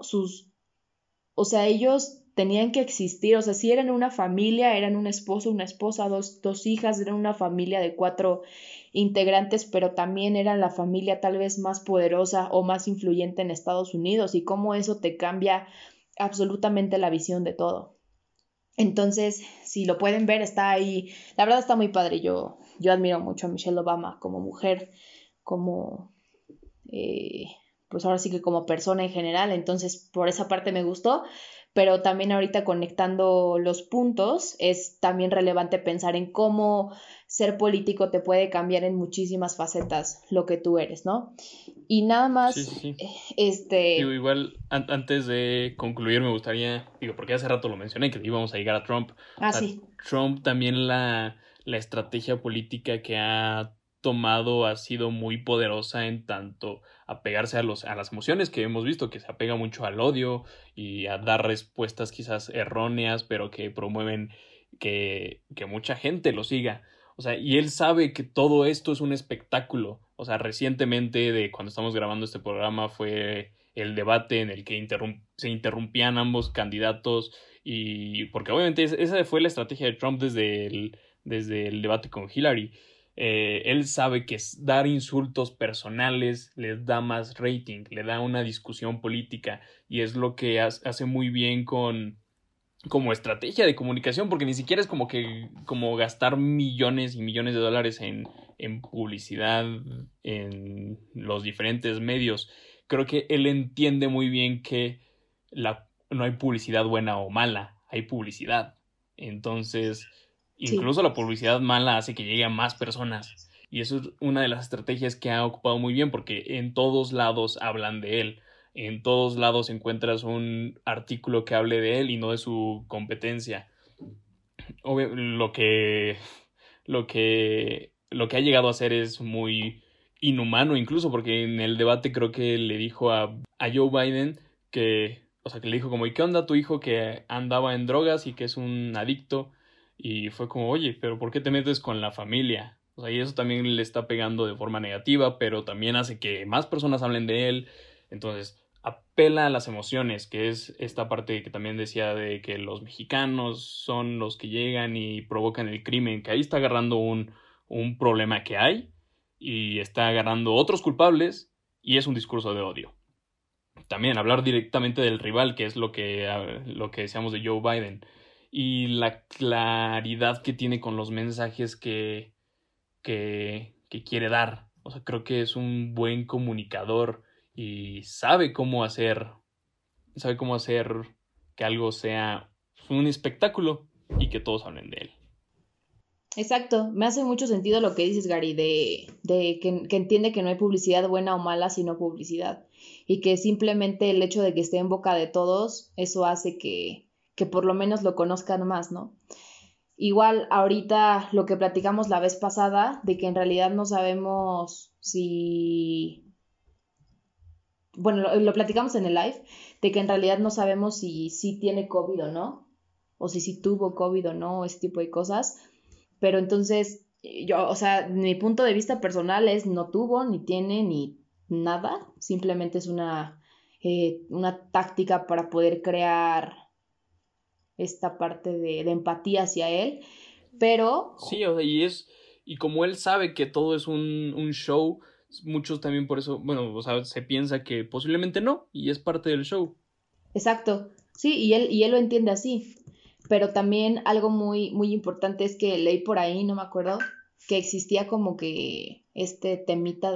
o sea, ellos tenían que existir, o sea, si eran una familia, eran un esposo, una esposa, dos hijas, eran una familia de 4 integrantes, pero también eran la familia tal vez más poderosa o más influyente en Estados Unidos y cómo eso te cambia absolutamente la visión de todo. Entonces, si lo pueden ver, está ahí, la verdad está muy padre, yo admiro mucho a Michelle Obama como mujer, como eh, pues ahora sí que como persona en general, entonces por esa parte me gustó, pero también ahorita conectando los puntos es también relevante pensar en cómo ser político te puede cambiar en muchísimas facetas lo que tú eres, ¿no? Y nada Sí, más, sí, sí. Digo, este, igual, antes de concluir, me gustaría, digo, porque hace rato lo mencioné, que íbamos a llegar a Trump. O sea, sí, Trump también la estrategia política que ha tomado ha sido muy poderosa en tanto apegarse a las emociones que hemos visto, que se apega mucho al odio y a dar respuestas quizás erróneas, pero que promueven que mucha gente lo siga. O sea, y él sabe que todo esto es un espectáculo. O sea, recientemente, de cuando estamos grabando este programa, fue el debate en el que se interrumpían ambos candidatos. Y porque obviamente esa fue la estrategia de Trump desde el debate con Hillary. Él sabe que dar insultos personales les da más rating, le da una discusión política. Y es lo que hace muy bien como estrategia de comunicación, porque ni siquiera es como gastar millones y millones de dólares en publicidad en los diferentes medios. Creo que él entiende muy bien que no hay publicidad buena o mala, hay publicidad. Entonces, sí, incluso la publicidad mala hace que llegue a más personas. Y eso es una de las estrategias que ha ocupado muy bien, porque en todos lados hablan de él. En todos lados encuentras un artículo que hable de él y no de su competencia. Lo que ha llegado a hacer es muy inhumano, incluso porque en el debate creo que le dijo a Joe Biden que, o sea, que le dijo como, ¿y qué onda tu hijo que andaba en drogas y que es un adicto? Y fue como, oye, pero ¿por qué te metes con la familia? O sea, y eso también le está pegando de forma negativa, pero también hace que más personas hablen de él. Entonces, apela a las emociones, que es esta parte que también decía de que los mexicanos son los que llegan y provocan el crimen, que ahí está agarrando un problema que hay y está agarrando otros culpables y es un discurso de odio. También hablar directamente del rival, que es lo que decíamos de Joe Biden, y la claridad que tiene con los mensajes que quiere dar. O sea, creo que es un buen comunicador y sabe cómo hacer que algo sea un espectáculo y que todos hablen de él. Exacto, me hace mucho sentido lo que dices, Gary, de que entiende que no hay publicidad buena o mala, sino publicidad. Y que simplemente el hecho de que esté en boca de todos, eso hace que por lo menos lo conozcan más, ¿no? Igual ahorita lo que platicamos la vez pasada, de que en realidad no sabemos si... Bueno, lo platicamos en el live, de que en realidad no sabemos si tiene COVID o no, o si tuvo COVID o no, ese tipo de cosas. Pero entonces, yo, o sea, mi punto de vista personal es no tuvo, ni tiene, ni nada. Simplemente es una táctica para poder crear esta parte de empatía hacia él. Pero, Sí, o sea, y como él sabe que todo es un show, muchos también por eso, bueno, o sea, se piensa que posiblemente no, y es parte del show. exacto, sí, y él lo entiende así. Pero también algo muy, muy importante es que leí por ahí, no me acuerdo, que existía como que este temita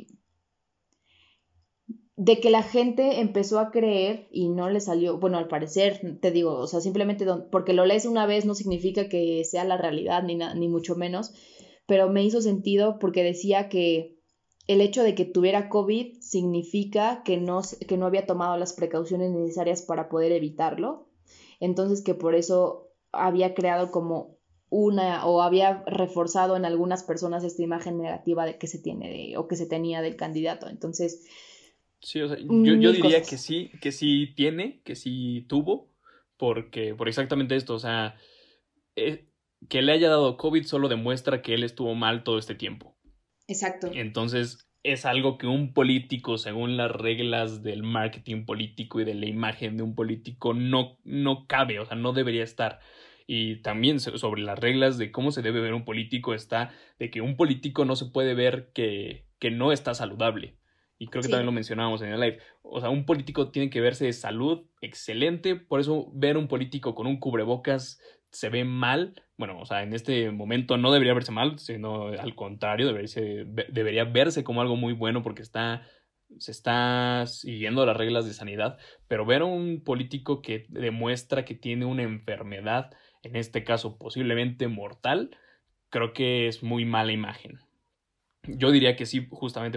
de que la gente empezó a creer y no le salió, bueno, al parecer, te digo, o sea, simplemente porque lo lees una vez no significa que sea la realidad, ni mucho menos, pero me hizo sentido porque decía que el hecho de que tuviera COVID significa que no había tomado las precauciones necesarias para poder evitarlo, entonces que por eso había creado como o había reforzado en algunas personas esta imagen negativa de que se tiene o que se tenía del candidato, entonces Sí, o sea, yo mil diría cosas. que sí tiene, que sí tuvo, por exactamente esto, o sea, eh, que le haya dado COVID solo demuestra que él estuvo mal todo este tiempo. Exacto. Entonces, es algo que un político, según las reglas del marketing político y de la imagen de un político, no cabe, o sea, no debería estar. Y también sobre las reglas de cómo se debe ver un político está de que un político no se puede ver que no está saludable. Y creo que también lo Sí, mencionábamos en el live. O sea, un político tiene que verse de salud excelente, por eso ver un político con un cubrebocas se ve mal. Bueno, o sea, en este momento no debería verse mal, sino al contrario, debería verse como algo muy bueno porque se está siguiendo las reglas de sanidad, pero ver a un político que demuestra que tiene una enfermedad, en este caso posiblemente mortal, creo que es muy mala imagen. Yo diría que sí, justamente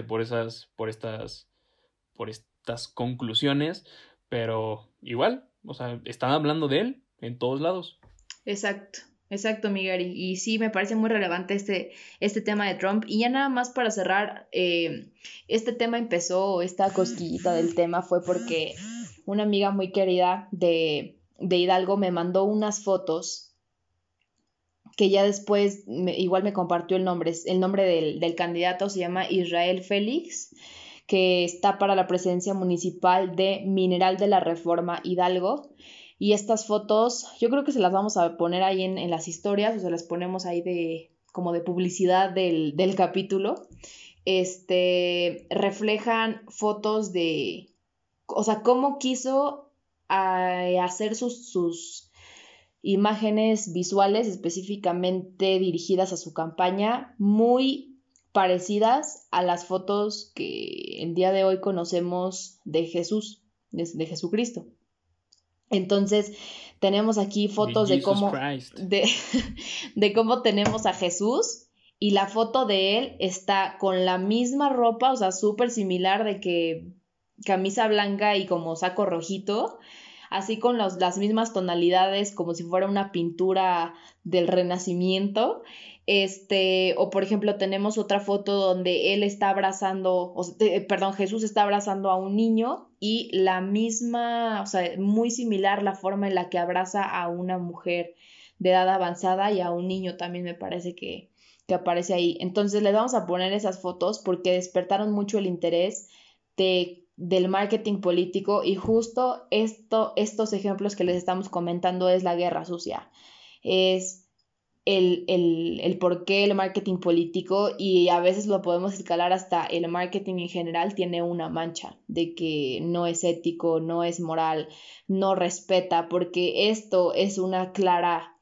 por estas conclusiones, pero igual, o sea, están hablando de él en todos lados. exacto, exacto, Miguel. Y sí, me parece muy relevante este tema de Trump. Y ya nada más para cerrar, este tema empezó, esta cosquillita del tema fue porque una amiga muy querida de Hidalgo me mandó unas fotos que ya después igual me compartió el nombre del candidato, se llama Israel Félix, que está para la presidencia municipal de Mineral de la Reforma Hidalgo. Y estas fotos, yo creo que se las vamos a poner ahí en las historias, o se las ponemos ahí como de publicidad del capítulo. Reflejan fotos o sea, cómo quiso hacer sus imágenes visuales específicamente dirigidas a su campaña, muy parecidas a las fotos que el día de hoy conocemos de Jesús, de Jesucristo. Entonces, tenemos aquí De fotos de Jesus cómo, Christ. de cómo tenemos a Jesús y la foto de él está con la misma ropa, o sea, súper similar de que camisa blanca y como saco rojito, así con las mismas tonalidades, como si fuera una pintura del Renacimiento. O por ejemplo, tenemos otra foto donde él está abrazando, perdón, Jesús está abrazando a un niño y la misma, o sea, muy similar la forma en la que abraza a una mujer de edad avanzada y a un niño también me parece que aparece ahí. Entonces les vamos a poner esas fotos porque despertaron mucho el interés del marketing político y justo estos ejemplos que les estamos comentando es la guerra sucia. Es el por qué el marketing político y a veces lo podemos escalar hasta el marketing en general tiene una mancha de que no es ético, no es moral, no respeta, porque esto es una clara,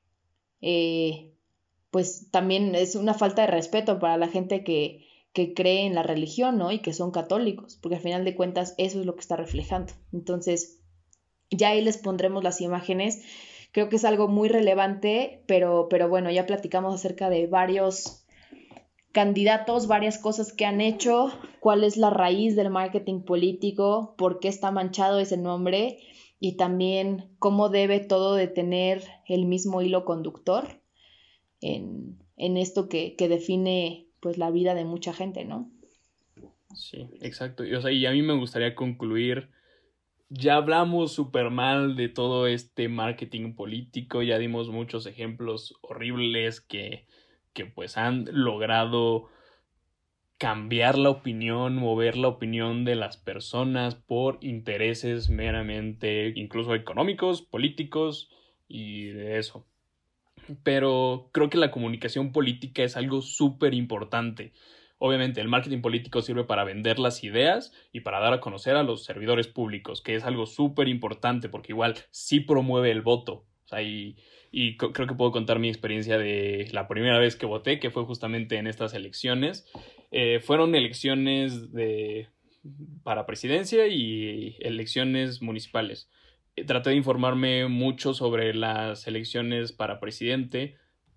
pues también es una falta de respeto para la gente que cree en la religión, ¿no? Y que son católicos, porque al final de cuentas eso es lo que está reflejando. Entonces, ya ahí les pondremos las imágenes. Creo que es algo muy relevante, pero bueno, ya platicamos acerca de varios candidatos, varias cosas que han hecho, cuál es la raíz del marketing político, por qué está manchado ese nombre y también cómo debe todo de tener el mismo hilo conductor en esto que define pues la vida de mucha gente, ¿no? Sí, exacto. Y, o sea, y a mí me gustaría concluir. Ya hablamos súper mal de todo este marketing político, ya dimos muchos ejemplos horribles que pues han logrado cambiar la opinión, mover la opinión de las personas por intereses meramente, incluso económicos, políticos y de eso. Pero creo que la comunicación política es algo súper importante. Obviamente, el marketing político sirve para vender las ideas y para dar a conocer a los servidores públicos, que es algo súper importante porque igual sí promueve el voto. O sea, creo que puedo contar mi experiencia de la primera vez que voté, que fue justamente en estas elecciones. Fueron elecciones para presidencia y elecciones municipales. Traté de informarme mucho sobre las elecciones para presidente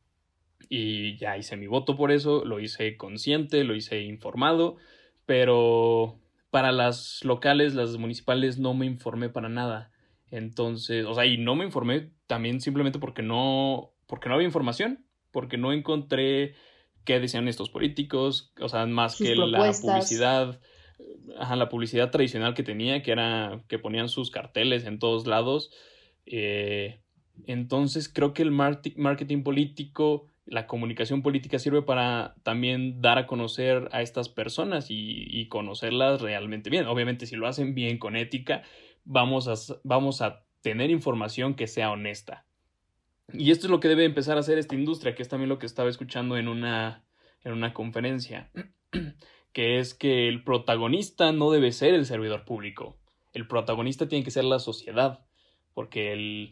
y ya hice mi voto por eso, lo hice consciente, lo hice informado, pero para las locales, las municipales, no me informé para nada. Entonces, o sea, y no me informé también simplemente porque no había información, porque no encontré qué decían estos políticos, o sea, más Sus que la propuestas. publicidad, ajá, la publicidad tradicional que tenía, que era que ponían sus carteles en todos lados. Eh, entonces creo que el marketing político, la comunicación política sirve para también dar a conocer a estas personas y conocerlas realmente bien. Obviamente, si lo hacen bien con ética, vamos a tener información que sea honesta. Y esto es lo que debe empezar a hacer esta industria, que es también lo que estaba escuchando en una conferencia, que es que el protagonista no debe ser el servidor público. El protagonista tiene que ser la sociedad, porque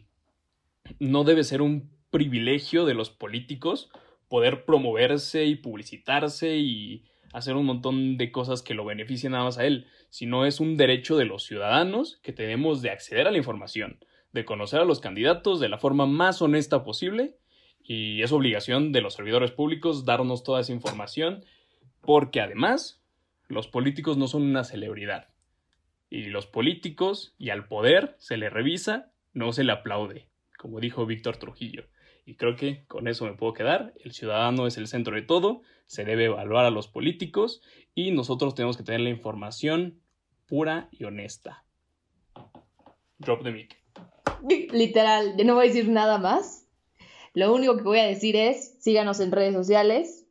no debe ser un privilegio de los políticos poder promoverse y publicitarse y hacer un montón de cosas que lo beneficien nada más a él, sino es un derecho de los ciudadanos que tenemos de acceder a la información, de conocer a los candidatos de la forma más honesta posible y es obligación de los servidores públicos darnos toda esa información porque además los políticos no son una celebridad y los políticos y al poder se le revisa, no se le aplaude, como dijo Víctor Trujillo. Y creo que con eso me puedo quedar. El ciudadano es el centro de todo, se debe evaluar a los políticos y nosotros tenemos que tener la información pura y honesta. Drop the mic. Literal, yo no voy a decir nada más. Lo único que voy a decir es, síganos en redes sociales,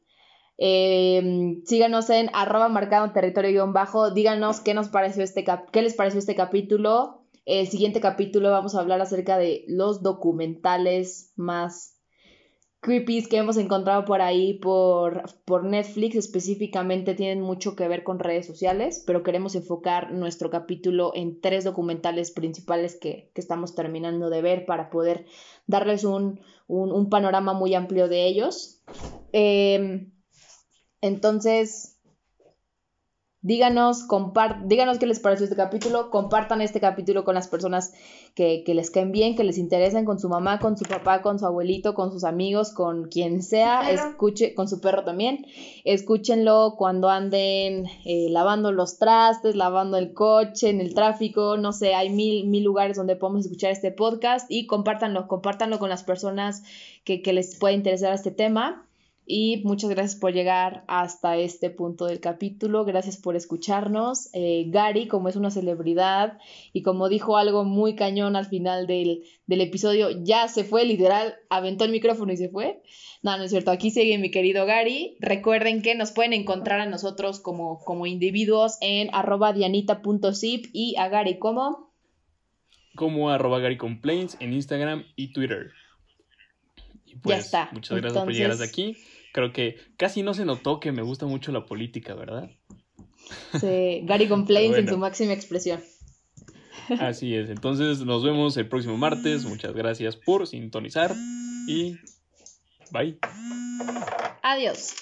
síganos en @marcadoterritorio_, díganos qué nos pareció qué les pareció este capítulo. El siguiente capítulo vamos a hablar acerca de los documentales más creepies que hemos encontrado por ahí por Netflix. Específicamente tienen mucho que ver con redes sociales, pero queremos enfocar nuestro capítulo en 3 documentales principales que estamos terminando de ver para poder darles un panorama muy amplio de ellos. Entonces, díganos qué les pareció este capítulo, compartan este capítulo con las personas que les caen bien, que les interesen, con su mamá, con su papá, con su abuelito, con sus amigos, con quien sea, con su perro también, escúchenlo cuando anden lavando los trastes, lavando el coche, en el tráfico, no sé, hay mil lugares donde podemos escuchar este podcast y compártanlo con las personas que les pueda interesar este tema. Y muchas gracias por llegar hasta este punto del capítulo, gracias por escucharnos. Gary, como es una celebridad y como dijo algo muy cañón al final del episodio, ya se fue, literal, aventó el micrófono y se fue. No es cierto, aquí sigue mi querido Gary. Recuerden que nos pueden encontrar a nosotros como individuos en @dianita.zip y a Gary como @GaryComplaints en Instagram y Twitter. Y pues, ya está. Muchas gracias por llegar hasta aquí. Creo que casi no se notó que me gusta mucho la política, ¿verdad? Sí, Gary Complaints en su máxima expresión. Así es, entonces nos vemos el próximo martes. Muchas gracias por sintonizar y bye. Adiós.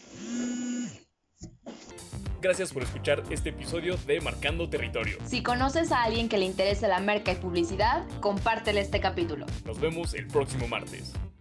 Gracias por escuchar este episodio de Marcando Territorio. Si conoces a alguien que le interese la merca y publicidad, compártele este capítulo. Nos vemos el próximo martes.